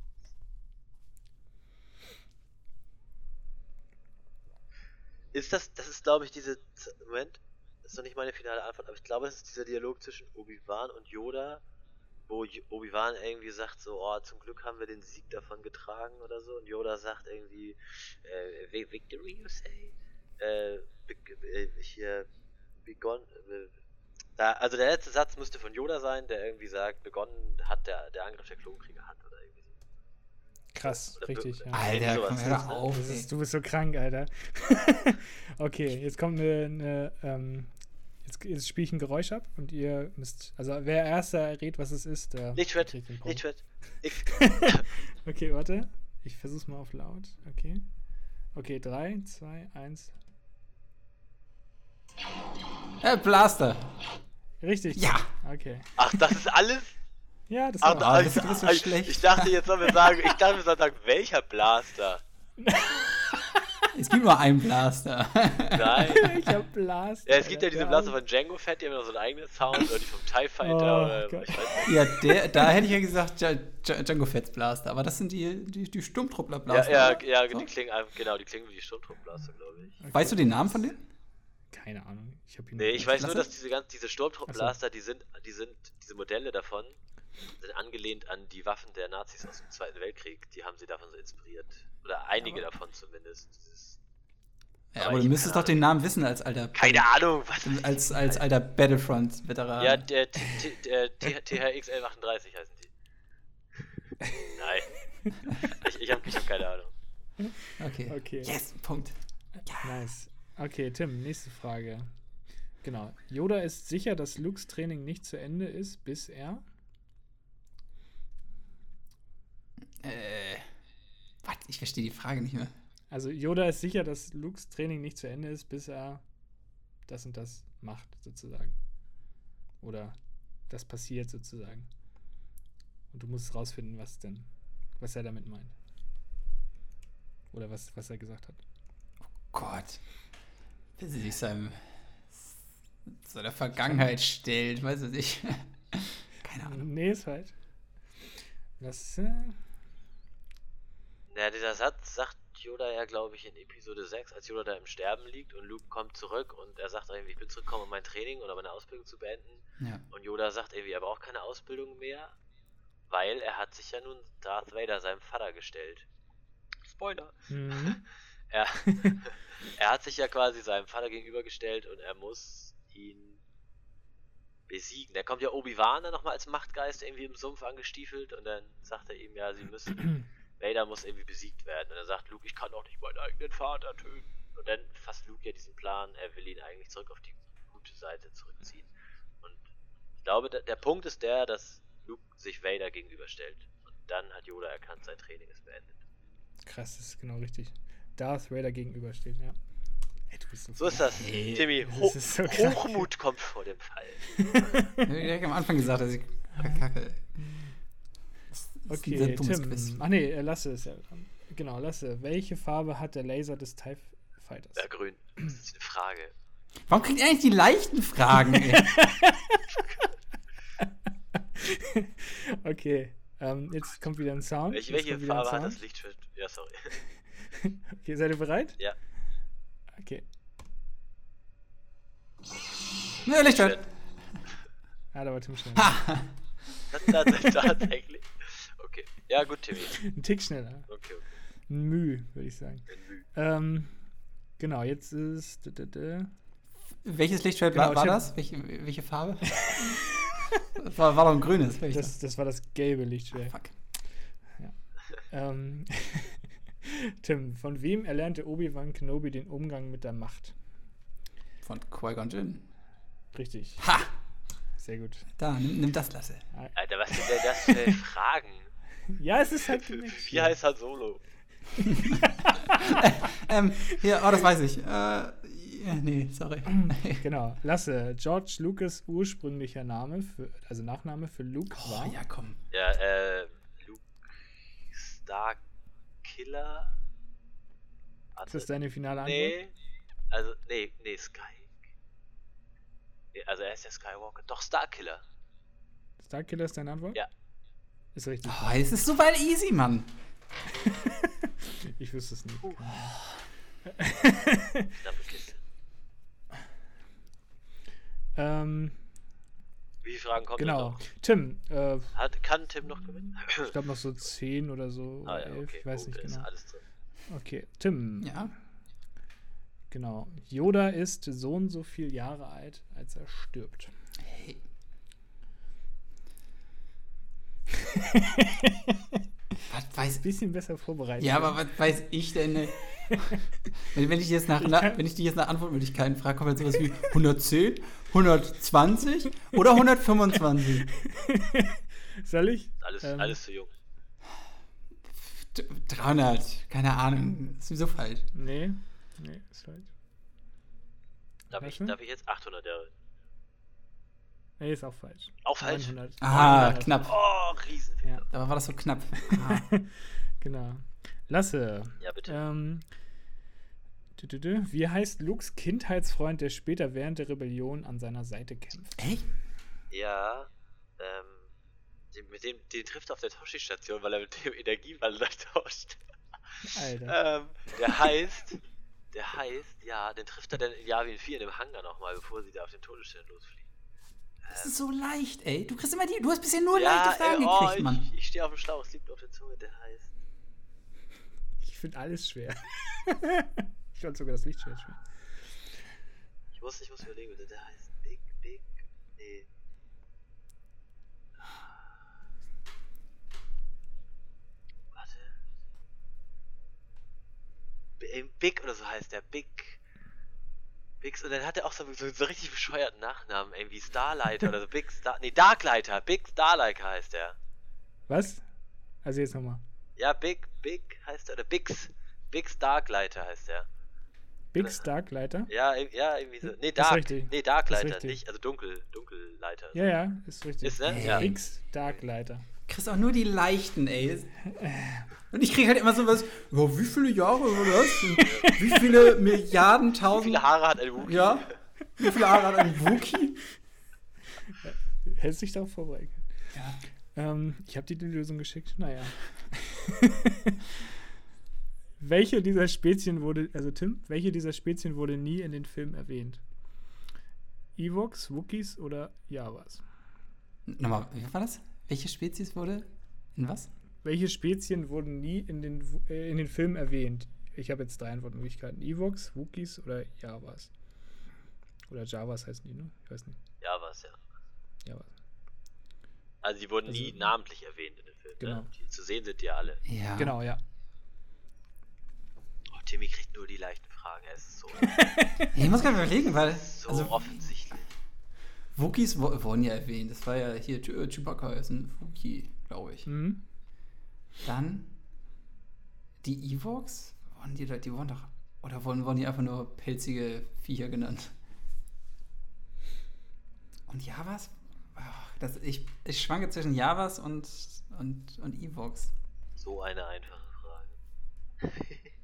Das ist, glaube ich, Moment, das ist noch nicht meine finale Antwort, aber ich glaube, das ist dieser Dialog zwischen Obi-Wan und Yoda, wo Obi-Wan irgendwie sagt so, oh, zum Glück haben wir den Sieg davon getragen oder so, und Yoda sagt irgendwie, Victory, you say? Also der letzte Satz müsste von Yoda sein, der irgendwie sagt, begonnen hat der Angriff der Klonkrieger hat oder irgendwie so. Krass, oder richtig. Ja. Alter, komm hör auf. Du bist so krank, Alter. Okay, jetzt kommt jetzt spiele ich ein Geräusch ab und ihr müsst, also wer erster errät, was es ist, der kriegt den Punkt. Okay, warte. Ich versuch's mal auf laut. Okay, 3, 2, 1. Blaster. Richtig. Ja. Okay. Ach, das ist alles? Ja, das war das ist so schlecht. Ich dachte, wir sollen sagen, welcher Blaster? Es gibt nur einen Blaster. Nein. Welcher Blaster? Ja, es gibt ja diese Blaster von Jango Fett, die haben noch so einen eigenen Sound, oder die vom TIE Fighter, oder ich weiß nicht. Ja, da hätte ich ja gesagt Jango Fetts Blaster, aber das sind die Sturmtruppler-Blaster. Ja, so? die klingen wie die Sturmtruppler-Blaster, glaube ich. Okay. Weißt du den Namen von denen? Keine Ahnung. Ich weiß nur, dass diese Sturmtruppler-Blaster, diese Modelle davon, sind angelehnt an die Waffen der Nazis aus dem Zweiten Weltkrieg. Die haben sie davon so inspiriert. Oder einige davon zumindest. Ja, aber du müsstest doch den Namen wissen als alter... Keine Ahnung, was... Als alter Battlefront-Veteran. Ja, der THX 1138 heißen die. Nein. Ich hab keine Ahnung. Okay. Yes, Punkt. Ja. Nice. Okay, Tim, nächste Frage. Genau. Yoda ist sicher, dass Lukes Training nicht zu Ende ist, bis er... Was? Ich verstehe die Frage nicht mehr. Also Yoda ist sicher, dass Lukes Training nicht zu Ende ist, bis er das und das macht, sozusagen. Oder das passiert, sozusagen. Und du musst rausfinden, was er damit meint. Oder was er gesagt hat. Oh Gott. Bis er sich seiner Vergangenheit stellt, weiß ich nicht. Keine Ahnung. Nee, ist falsch. Ja, dieser Satz sagt Yoda ja, glaube ich, in Episode 6, als Yoda da im Sterben liegt und Luke kommt zurück und er sagt irgendwie, ich bin zurückgekommen, um mein Training oder meine Ausbildung zu beenden. Ja. Und Yoda sagt irgendwie, er braucht keine Ausbildung mehr, weil er hat sich ja nun Darth Vader seinem Vater gestellt. Spoiler. Mhm. Er hat sich ja quasi seinem Vater gegenübergestellt und er muss ihn besiegen. Da kommt ja Obi-Wan dann nochmal als Machtgeist irgendwie im Sumpf angestiefelt und dann sagt er ihm, ja, Vader muss irgendwie besiegt werden. Und dann sagt Luke, ich kann doch nicht meinen eigenen Vater töten. Und dann fasst Luke ja diesen Plan, er will ihn eigentlich zurück auf die gute Seite zurückziehen. Und ich glaube, der Punkt ist der, dass Luke sich Vader gegenüberstellt. Und dann hat Yoda erkannt, sein Training ist beendet. Krass, das ist genau richtig. Darth Vader gegenübersteht, ja. Hey, du bist so ist das, Timmy. So Hochmut kommt vor dem Fall. Ich habe am Anfang gesagt, dass ich verkacke. Okay, Tim. Ach nee, Lasse ist ja dran. Genau, Lasse. Welche Farbe hat der Laser des TIE Fighters? Ja, grün. Das ist eine Frage. Warum kriegt ihr eigentlich die leichten Fragen, ey? Okay, jetzt kommt wieder ein Sound. Welche Farbe hat das Lichtschwert? Ja, sorry. Okay, seid ihr bereit? Ja. Okay. Ja, Lichtschwert. Ja, da war Tim schnell. Tatsächlich. Okay. Ja, gut, Timmy. Ein Tick schneller. Okay. Ein Müh, würde ich sagen. Genau, jetzt ist... Welches Lichtschwert war das? Welche Farbe? Das war doch ein grünes. Das war das gelbe Lichtschwert. Oh, fuck. Ja. Tim, von wem erlernte Obi-Wan Kenobi den Umgang mit der Macht? Von Qui-Gon Jinn. Richtig. Ha! Sehr gut. Da, nimm das, Lasse. Alter, was sind denn das für Fragen? Ja, es ist halt gemischt. Wie heißt Han Solo? Das weiß ich. Nee, sorry. Genau. Lasse. George Lucas ursprünglicher Name, Nachname für Luke war? Ja, komm. Ja, Luke Starkiller. Ist das deine finale Antwort? Nee, Sky. Nee, also er ist der Skywalker. Doch, Starkiller. Starkiller ist deine Antwort? Ja. Ist richtig. Oh, es ist so weit easy, Mann. Ich wüsste es nicht. Knappe Kiste. Wie viele Fragen kommen genau. noch? Tim. Kann Tim noch gewinnen? Ich glaube noch so 10 oder so. Ja, 11, okay. ich weiß nicht Ist genau. alles drin. Okay, Tim. Ja. Genau. Yoda ist so und so viele Jahre alt, als er stirbt. Hey. Was weiß ich? Bisschen besser vorbereitet. Ja, aber was weiß ich denn? Wenn ich dich jetzt nach Antwortmöglichkeiten frage, kommt jetzt sowas wie 110, 120 oder 125? Soll ich? Alles zu jung. 300, keine Ahnung. Ist sowieso falsch. Nee, ist falsch. Darf ich jetzt 800 Jahre? Nee, ist auch falsch. Auch falsch? 900. Aha, 900. knapp. Oh, Riesenfehler. Ja. Da war das so knapp. Genau. Lasse. Ja, bitte. Wie heißt Lukes Kindheitsfreund, der später während der Rebellion an seiner Seite kämpft? Echt? Ja, den trifft er auf der Toshi-Station, weil er mit dem Energiewandler tauscht. Alter. Der heißt, ja, den trifft er dann in Yavin 4 in dem Hangar nochmal, bevor sie da auf den Todesstern losfliegen. Das ist so leicht, ey. Du hast bisher nur leichte Fragen gekriegt, Mann. Ich stehe auf dem Schlauch, es liegt auf der Zunge, der heißt. Ich finde alles schwer. Ich fand sogar das Lichtschwert schwer. Ich muss überlegen, der heißt nee. Warte. Big oder so heißt der, Biggs, und dann hat er auch so richtig bescheuerten Nachnamen, irgendwie Starlighter oder so, Darklighter, Big Starlighter heißt er. Was? Also jetzt nochmal. Ja, Big heißt er, oder Big Darklighter heißt er. Big Starklighter? Ja, irgendwie so. Nee, Richtig. Darklighter, nicht, also Dunkelleiter. Ja, ist richtig. Ist, ne? Ja. Big Starklighter. Du kriegst auch nur die leichten, ey. Und ich krieg halt immer sowas, wie viele Jahre war das? Und wie viele Milliarden, tausend... Wie viele Haare hat ein Wookie? Ja, wie viele Haare hat ein Wookie? Hättest dich darauf vorbereitet. Ja. Ich habe dir die Lösung geschickt. Naja. Welche dieser Spezien wurde nie in den Film erwähnt? Ewoks, Wookiees oder Jawas? Nochmal, wie war das? Welche Spezies wurde in was? Welche Spezien wurden nie in den Film erwähnt? Ich habe jetzt 3 Antwortmöglichkeiten. Ewoks, Wookiees oder Jawas? Oder Jawas heißen die, ne? Ich weiß nicht. Jawas, ja. Jawas. Also die wurden nie namentlich erwähnt in dem Film. Genau. Ne? Die zu sehen sind die alle. Ja. Genau, ja. Oh, Timmy kriegt nur die leichten Fragen. Es ist so, Ich muss gerade überlegen, weil... so also, offensichtlich. Wookies wurden ja erwähnt. Das war ja hier, Chewbacca ist ein Wookie, glaube ich. Mhm. Dann die Ewoks, die wurden doch... Oder wurden die einfach nur pelzige Viecher genannt? Und Jawas? Ich schwanke zwischen Jawas und Ewoks. So eine einfache Frage.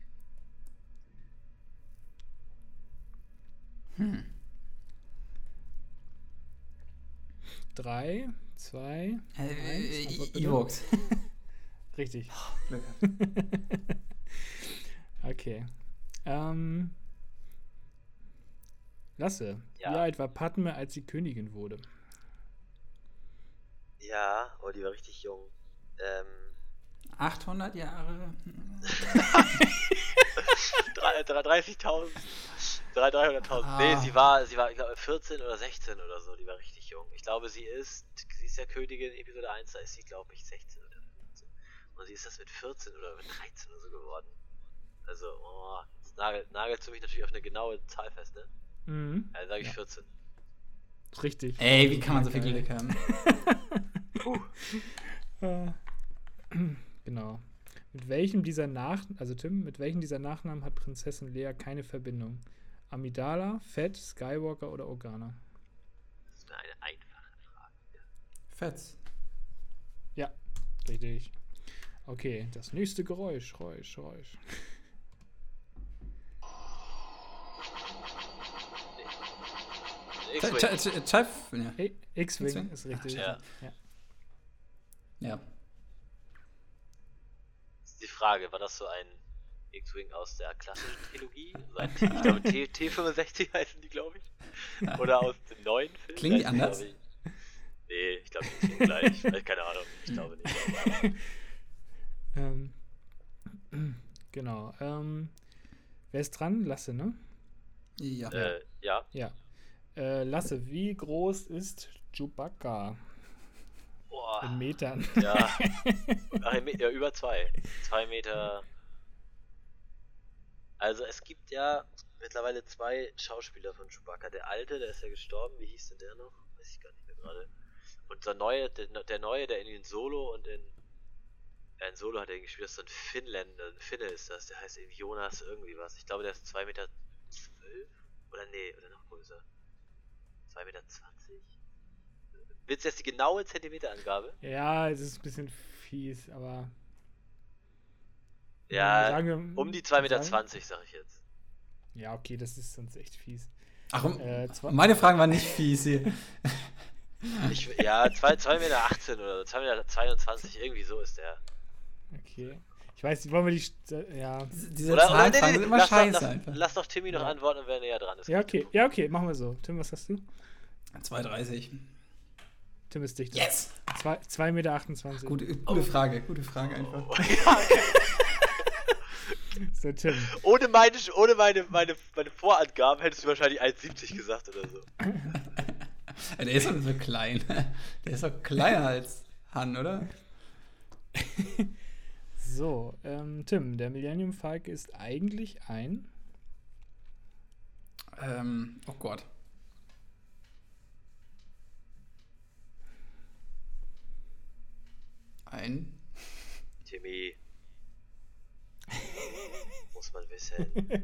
3, 2, 1. Ewoks. Richtig. Glück gehabt. Okay. Lasse. Ja. Wie alt war Padme, als sie Königin wurde? Ja, oh, die war richtig jung. 800 Jahre. 30.000. 300.000. Nee, sie war, ich glaube, 14 oder 16 oder so. Die war richtig jung. Ich glaube, sie ist ja Königin in Episode 1, da ist sie, glaube ich, 16 oder 15. Und sie ist das mit 14 oder mit 13 oder so geworden. Also, das nagelt für mich natürlich auf eine genaue Zahl fest, ne? Mhm. Also sage ich 14. Richtig. Ey, wie kann man so viel Glück haben? Genau. Mit welchem dieser Nachnamen hat Prinzessin Leia keine Verbindung? Amidala, Fett, Skywalker oder Organa? Das ist eine einfache Frage. Fetz. Ja, richtig. Okay, das nächste Geräusch. X-Wing ist richtig. Ja. Ja. Ist die Frage, war das so ein X-Wing aus der klassischen Trilogie? So ein ich glaube, T65 heißen die, glaube ich. Oder aus dem neuen Film? Klingen die anders? Nee, ich glaube, die klingen gleich. Keine Ahnung, ich glaube nicht. Genau. Wer ist dran? Lasse, ne? Ja. Ja. Lasse, wie groß ist Chewbacca? Boah. In Metern. Ja. Ja, über 2. 2 Meter. Also es gibt ja mittlerweile 2 Schauspieler von Chewbacca. Der alte, der ist ja gestorben. Wie hieß denn der noch? Weiß ich gar nicht mehr gerade. Und der neue, der in den Solo und in Solo hat er gespielt, das ist so ein Finnländer, ein Finne ist das, der heißt irgendwie Jonas irgendwie was. Ich glaube, der ist 2,12 Meter oder nee, oder noch größer. 2,20 Meter? Willst du jetzt die genaue Zentimeterangabe? Ja, es ist ein bisschen fies, aber ja, sagen wir, um die 2,20 Meter, sag ich jetzt. Ja, okay, das ist sonst echt fies. Ach, meine Fragen waren nicht fies hier. 2,18 Meter oder 2,22 Meter, irgendwie so ist der. Okay. Ich weiß nicht, wollen wir die. Ja. Diese Zahlenfragen sind immer scheiße einfach. Lass doch Timmy noch antworten, wer näher dran ist. Ja, okay, machen wir so. Tim, was hast du? 2,30. Tim ist dichter. Yes! 2,28 Meter. Gute Frage einfach. Oh, ja, okay. So, Tim. Ohne meine Vorangaben hättest du wahrscheinlich 1,70 gesagt oder so. Der ist doch nicht so klein. Der ist doch kleiner als Han, oder? So, Tim, der Millennium Falcon ist eigentlich ein... oh Gott. Timmy. Muss man wissen.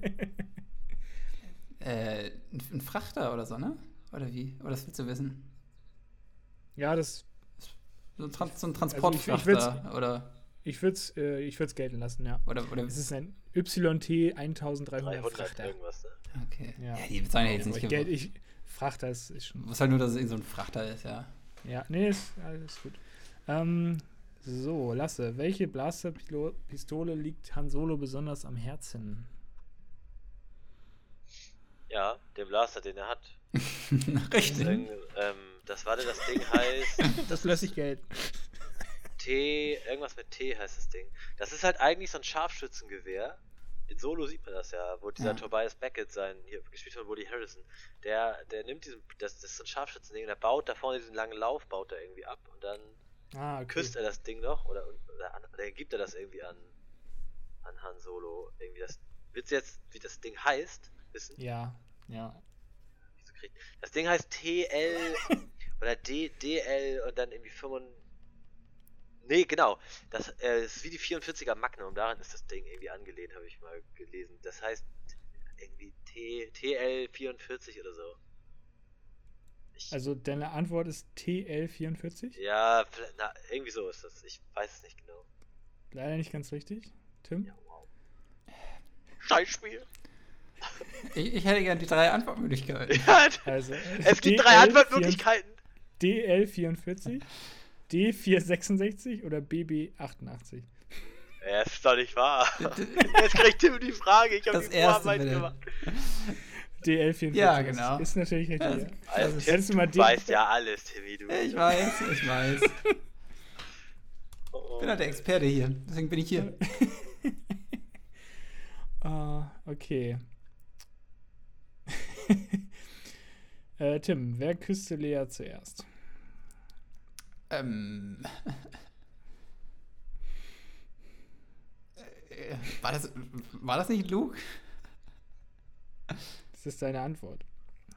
Ein Frachter oder so, ne? Oder wie? Oder das willst du wissen? Ja, das... So ein Transportfrachter, oder? Ich würde es gelten lassen, ja. Oder es ist ein YT 1300 Frachter. Irgendwas, ne? Okay. Ja, die bezahlen ja jetzt nicht Geld. Frachter ist schon... Was halt nur, dass es so ein Frachter ist, ja. Ja, nee, ist alles gut. So, Lasse, welche Blasterpistole liegt Han Solo besonders am Herzen? Ja, der Blaster, den er hat. Richtig. Das Ding heißt... Das löse ich Geld. Irgendwas mit T heißt das Ding. Das ist halt eigentlich so ein Scharfschützengewehr. In Solo sieht man das ja, wo dieser Tobias Beckett hier gespielt von Woody Harrelson, der nimmt das ist so ein Scharfschützending und der baut da vorne diesen langen Lauf, baut er irgendwie ab und dann küsst er das Ding noch oder gibt er das irgendwie an Han Solo. Irgendwie das. Willst du jetzt, wie das Ding heißt, wissen? Ja. Das Ding heißt TL oder DL und dann irgendwie 95. Nee, genau. Das ist wie die 44er Magnum, daran ist das Ding irgendwie angelehnt, habe ich mal gelesen. Das heißt irgendwie TL44 oder so. Also deine Antwort ist TL44? Ja, irgendwie so ist das. Ich weiß es nicht genau. Leider nicht ganz richtig. Tim? Ja, wow. Scheißspiel. Ich hätte gerne die 3 Antwortmöglichkeiten. Ja, also, es gibt 3 Antwortmöglichkeiten. DL44, D466 oder BB88? Ja, ist doch nicht wahr. Jetzt kriegt Tim die Frage. Ich habe die Vorarbeit gemacht. DL44. Ja, genau. Ist natürlich richtig. Also, Tim, du weißt ja alles, Timmy. Du. Ich weiß. Ich bin halt der Experte hier. Deswegen bin ich hier. Okay. Tim, wer küsste Lea zuerst? War das nicht Luke? Das ist deine Antwort.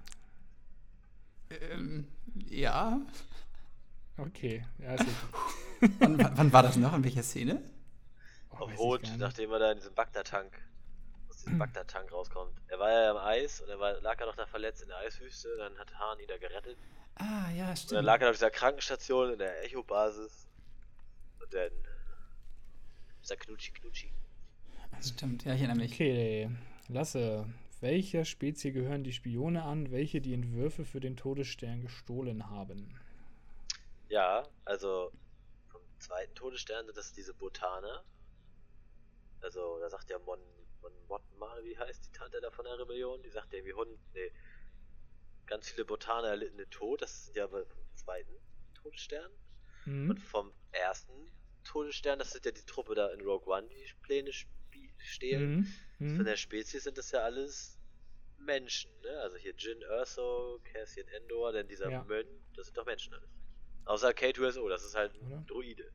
Ja. Okay, ja, ist Wann war das noch? In welcher Szene? Auf Rot, nachdem er da in diesem aus diesem Bagdad-Tank rauskommt. Er war ja im Eis und lag er doch da verletzt in der Eiswüste, dann hat Hahn ihn da gerettet. Ah, ja, stimmt. Und dann lag er auf dieser Krankenstation in der Echo-Basis. Und dann ist er Knutschi. Das stimmt, ja, ich erinnere mich. Okay, Lasse. Welcher Spezie gehören die Spione an, welche die Entwürfe für den Todesstern gestohlen haben? Ja, also vom zweiten Todesstern sind das diese Botaner. Also, da sagt ja Mon Mothma, wie heißt die Tante da von der Rebellion? Die sagt ja irgendwie ganz viele Botaner erlitten den Tod. Das sind ja aber vom zweiten Todesstern. Und vom ersten Todesstern, das sind ja die Truppe da in Rogue One, die Pläne stehlen. Von der Spezies sind das ja alles Menschen, ne? Also hier Jyn Erso, Cassian Andor, denn dieser Mönch, das sind doch Menschen alles. Außer K2SO, das ist halt ein Droide.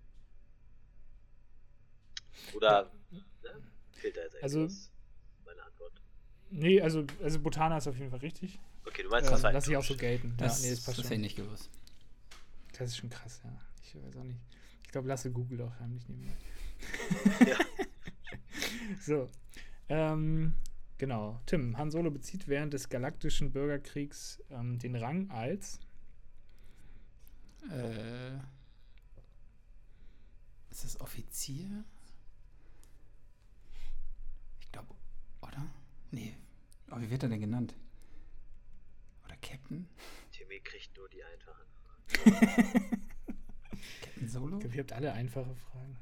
Oder, ne? Fehlt da jetzt eigentlich meine Antwort? Nee, also Botaner ist auf jeden Fall richtig. Okay, du meinst lass ich auch so gelten. Das passt hätte schon. ich nicht gewusst. Das ist schon krass, ja. Ich weiß auch nicht. Ich glaube, Lasse googelt auch heimlich nebenbei. Ja. So. Genau. Tim, Han Solo bezieht während des Galaktischen Bürgerkriegs den Rang als ist das Offizier? Ich glaube, oder? Nee. Aber wie wird er denn genannt? Oder Captain? Timmy kriegt nur die einfachen. Captain Solo? Ich glaube, ihr habt alle einfache Fragen.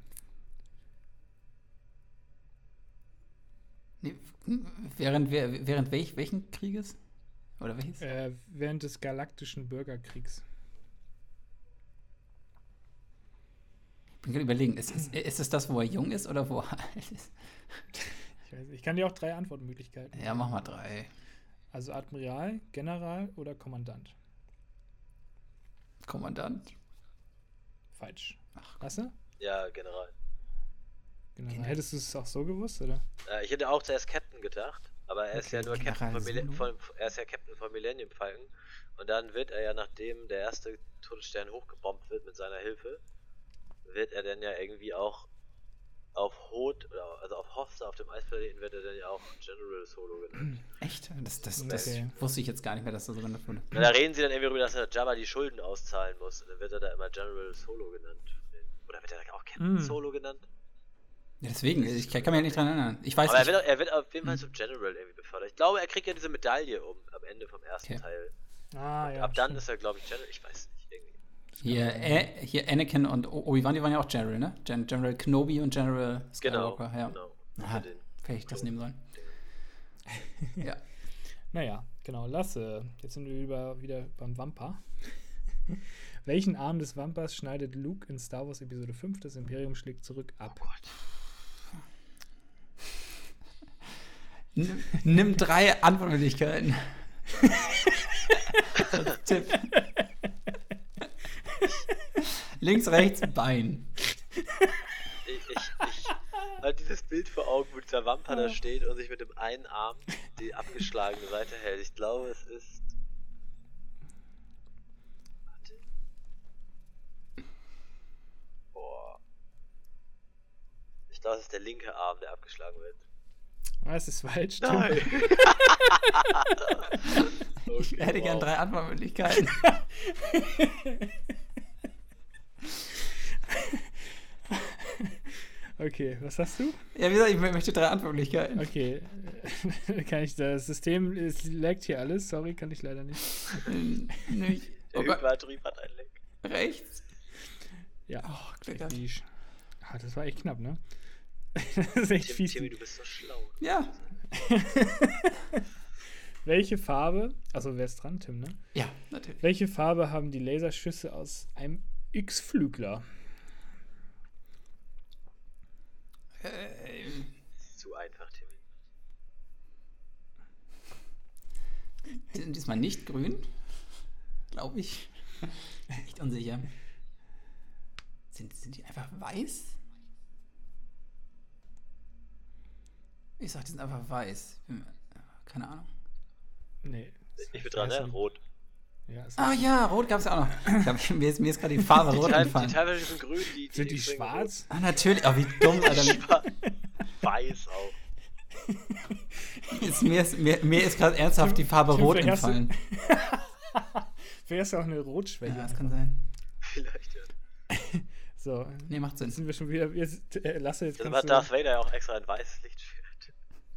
Nee, während welchen Krieges? Oder welches? Während des Galaktischen Bürgerkriegs. Ich bin gerade überlegen, ist es das, wo er jung ist oder wo er alt ist? Ich kann dir auch 3 Antwortmöglichkeiten. Ja, mach mal 3. Also Admiral, General oder Kommandant? Kommandant? Falsch. Ach, Lasse? Ja, General. Hättest du es auch so gewusst, oder? Ich hätte auch zuerst Captain gedacht, aber er ist ja nur Captain er ist ja Captain von Millennium Falcon. Und dann wird er ja, nachdem der erste Todesstern hochgebombt wird mit seiner Hilfe, wird er dann ja irgendwie auch auf Hoth, also auf Hoth, auf dem Eisplaneten, wird er dann ja auch General Solo genannt. Echt? Das wusste ich jetzt gar nicht mehr, dass das so genannt wurde. Na, da reden sie dann irgendwie darüber, dass er Jabba die Schulden auszahlen muss. Und dann wird er da immer General Solo genannt. Oder wird er da auch Captain Solo genannt? Ja, deswegen, ich kann mich nicht dran erinnern. Ich weiß aber nicht. Er wird auf jeden Fall zum General irgendwie befördert. Ich glaube, er kriegt ja diese Medaille am Ende vom ersten Teil. Ja, ab dann ist er, glaube ich, General. Ich weiß nicht, irgendwie. Hier Anakin und Obi-Wan, die waren ja auch General, ne? General Kenobi und General Skywalker. Genau. Aha, hätte ich das nehmen sollen. Ja. Naja, genau. Lasse. Jetzt sind wir wieder beim Wampa. Welchen Arm des Wampas schneidet Luke in Star Wars Episode 5, das Imperium schlägt zurück, ab? Oh Gott. Nimm 3 Antwortmöglichkeiten. Tipp. Links, rechts, Bein. Ich habe dieses Bild vor Augen, wo dieser Wampa da steht und sich mit dem einen Arm die abgeschlagene Seite hält. Ich glaube, es ist... Warte. Boah. Ich glaube, es ist der linke Arm, der abgeschlagen wird. Es ist falsch. Nein. Okay, ich hätte gern 3 Antwortmöglichkeiten. Okay, was hast du? Ja, wie gesagt, ich möchte 3 Antwortmöglichkeiten. Okay, das System laggt hier alles, sorry, kann ich leider nicht. Nicht. Der Hypertrieb hat ein Leck. Rechts. Ja, Glück das war echt knapp, ne? Das ist echt fies. Timmy, du bist so schlau. Ja. Welche Farbe, also wer ist dran, Tim, ne? Ja, natürlich. Welche Farbe haben die Laserschüsse aus einem X-Flügler? Zu einfach, Timmy. Die sind diesmal nicht grün. Glaube ich. Echt unsicher. Sind die einfach weiß? Ich sag, die sind einfach weiß. Keine Ahnung. Nee. Ich bin dran, ne? Rot. Ja, rot gab es ja auch noch. Mir ist gerade die Farbe rot entfallen. Die teilweise sind grün. Sind die schwarz? Ah, natürlich. Oh, wie dumm, Alter. Weiß auch. Mir ist gerade ernsthaft die Farbe rot entfallen. Vielleicht hast du auch eine Rotschwäche. Ja, das kann sein. Vielleicht, ja. So. Nee, macht Sinn. Sind wir schon wieder. Lasse jetzt. Das war Darth Vader ja auch extra ein weißes Lichtschwert.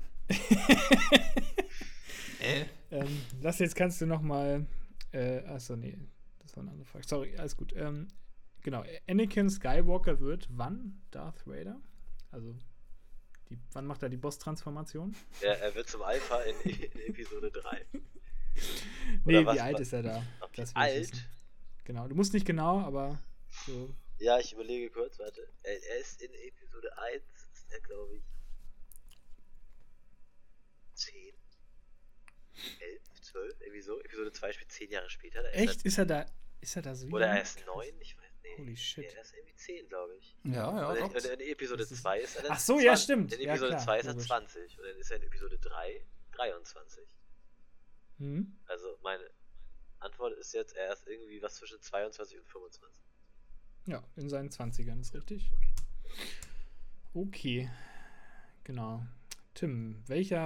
Lasse, jetzt kannst du nochmal. Achso, nee. Das war eine andere Frage. Sorry, alles gut. Genau. Anakin Skywalker wird wann Darth Vader? Also. Wann macht er die Boss-Transformation? Ja, er wird zum Alpha in Episode 3. Nee, wie alt ist er da? Das alt? Genau, du musst nicht genau, aber so. Ja, ich überlege kurz, warte. Er ist in Episode 1, ist er, glaube ich, 10, 11, 12, irgendwie so. Episode 2 spielt 10 Jahre später. Echt? Ist er da so? Oder er ist 9? Ich weiß nicht. Holy shit. Nee, er ist irgendwie 10, glaube ich. Ja. Und in Episode 2 ist er dann Ach so, 20. ja, stimmt. In Episode ja, 2 ist er 20. Und dann ist er in Episode 3 23. Also meine Antwort ist jetzt, er ist irgendwie was zwischen 22 und 25. Ja, in seinen 20ern, ist richtig. Okay. Genau. Tim, welche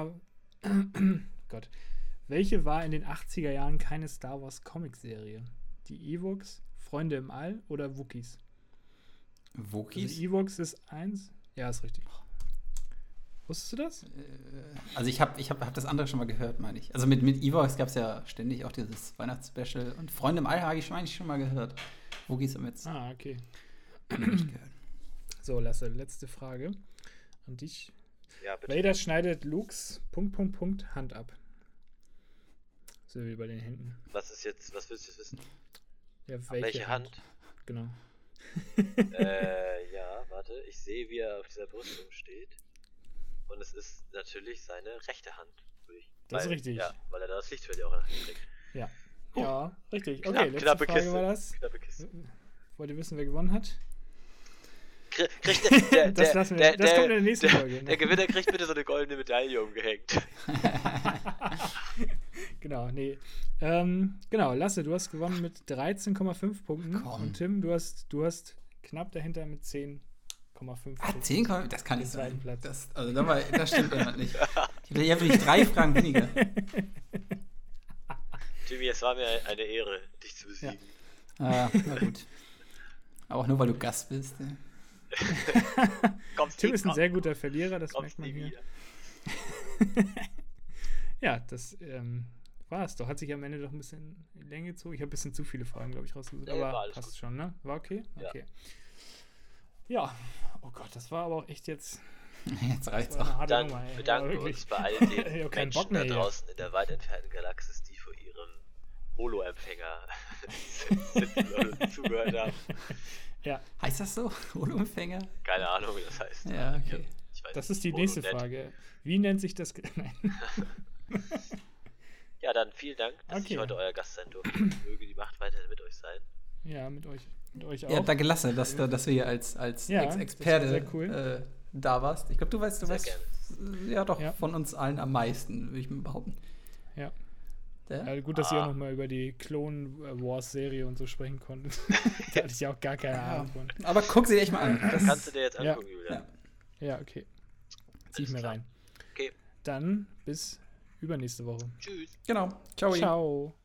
war in den 80er Jahren keine Star Wars Comic-Serie? Die Ewoks, Freunde im All oder Wookiees? Wookiees? Also Ewoks ist 1. Ja, ist richtig. Wusstest du das? Also ich hab das andere schon mal gehört, meine ich. Also mit Ewoks gab es ja ständig auch dieses Weihnachtsspecial. Und Freunde im All habe ich eigentlich schon mal gehört. Wookiees haben jetzt okay. nicht gehört. So, Lasse, letzte Frage an dich. Ja, bitte. Vader schneidet Lukes ... Hand ab. So wie bei den Händen. Was willst du jetzt wissen? Ja, welche Hand? Genau. Ja, warte. Ich sehe, wie er auf dieser Brüstung steht. Und es ist natürlich seine rechte Hand. Das ist richtig. Ja, weil er da das Lichtschwert ja auch in der Hand trägt. Ja. Ja, richtig. Okay, letzte knappe Frage Kiste. war das. Knappe Kiste. Wollt ihr wissen, wer gewonnen hat? Das kommt in der nächsten Folge. Der Gewinner kriegt bitte so eine goldene Medaille umgehängt. Genau, nee. Genau, Lasse, du hast gewonnen mit 13,5 Punkten. Komm. Und Tim, du hast knapp dahinter mit 10,5 Punkten. 10? Das kann nicht sein. Platz. Das stimmt einfach nicht. Ich habe nämlich 3 Fragen weniger. Jimmy, es war mir eine Ehre, dich zu besiegen. Ja. Na gut. Aber auch nur, weil du Gast bist. Ja. Tim ist ein sehr guter Verlierer, das merkt man hier. Ja, das war es doch. Hat sich am Ende doch ein bisschen in Länge gezogen. Ich habe ein bisschen zu viele Fragen, glaube ich, rausgesucht. Nee, aber passt gut. schon, ne? War okay? Ja. Okay. Ja, oh Gott, das war aber auch echt jetzt. Jetzt reicht's Eine auch. harte Dann Nummer, ey. bedanken wir uns bei all den keinen Bock Menschen mehr da hier. draußen in der weit entfernten Galaxis, die vor ihrem Holo-Empfänger sitzen und zugehört haben. Ja. Heißt das so? Holo-Empfänger? Keine Ahnung, wie das heißt. Ja, okay. Ich weiß Das nicht. ist die nächste Frage. Wie nennt sich das? Nein. Ja, dann vielen Dank, dass ich heute euer Gast sein durfte. Möge die Macht weiterhin mit euch sein. Ja, mit euch auch. Ja, danke Lasse, dass du hier als Experte sehr cool. Da warst. Ich glaube, du weißt gerne. Von uns allen am meisten, würde ich mal behaupten. Ja. Gut, dass ihr auch nochmal über die Clone Wars Serie und so sprechen konntet. Da hatte ich ja auch gar keine Ahnung von. Aber guck sie dir echt mal an. Das kannst du dir jetzt angucken, Julian. Ja, okay. Zieh ich mir rein. Okay. Dann bis übernächste Woche. Tschüss. Genau. Ciao. Ciao.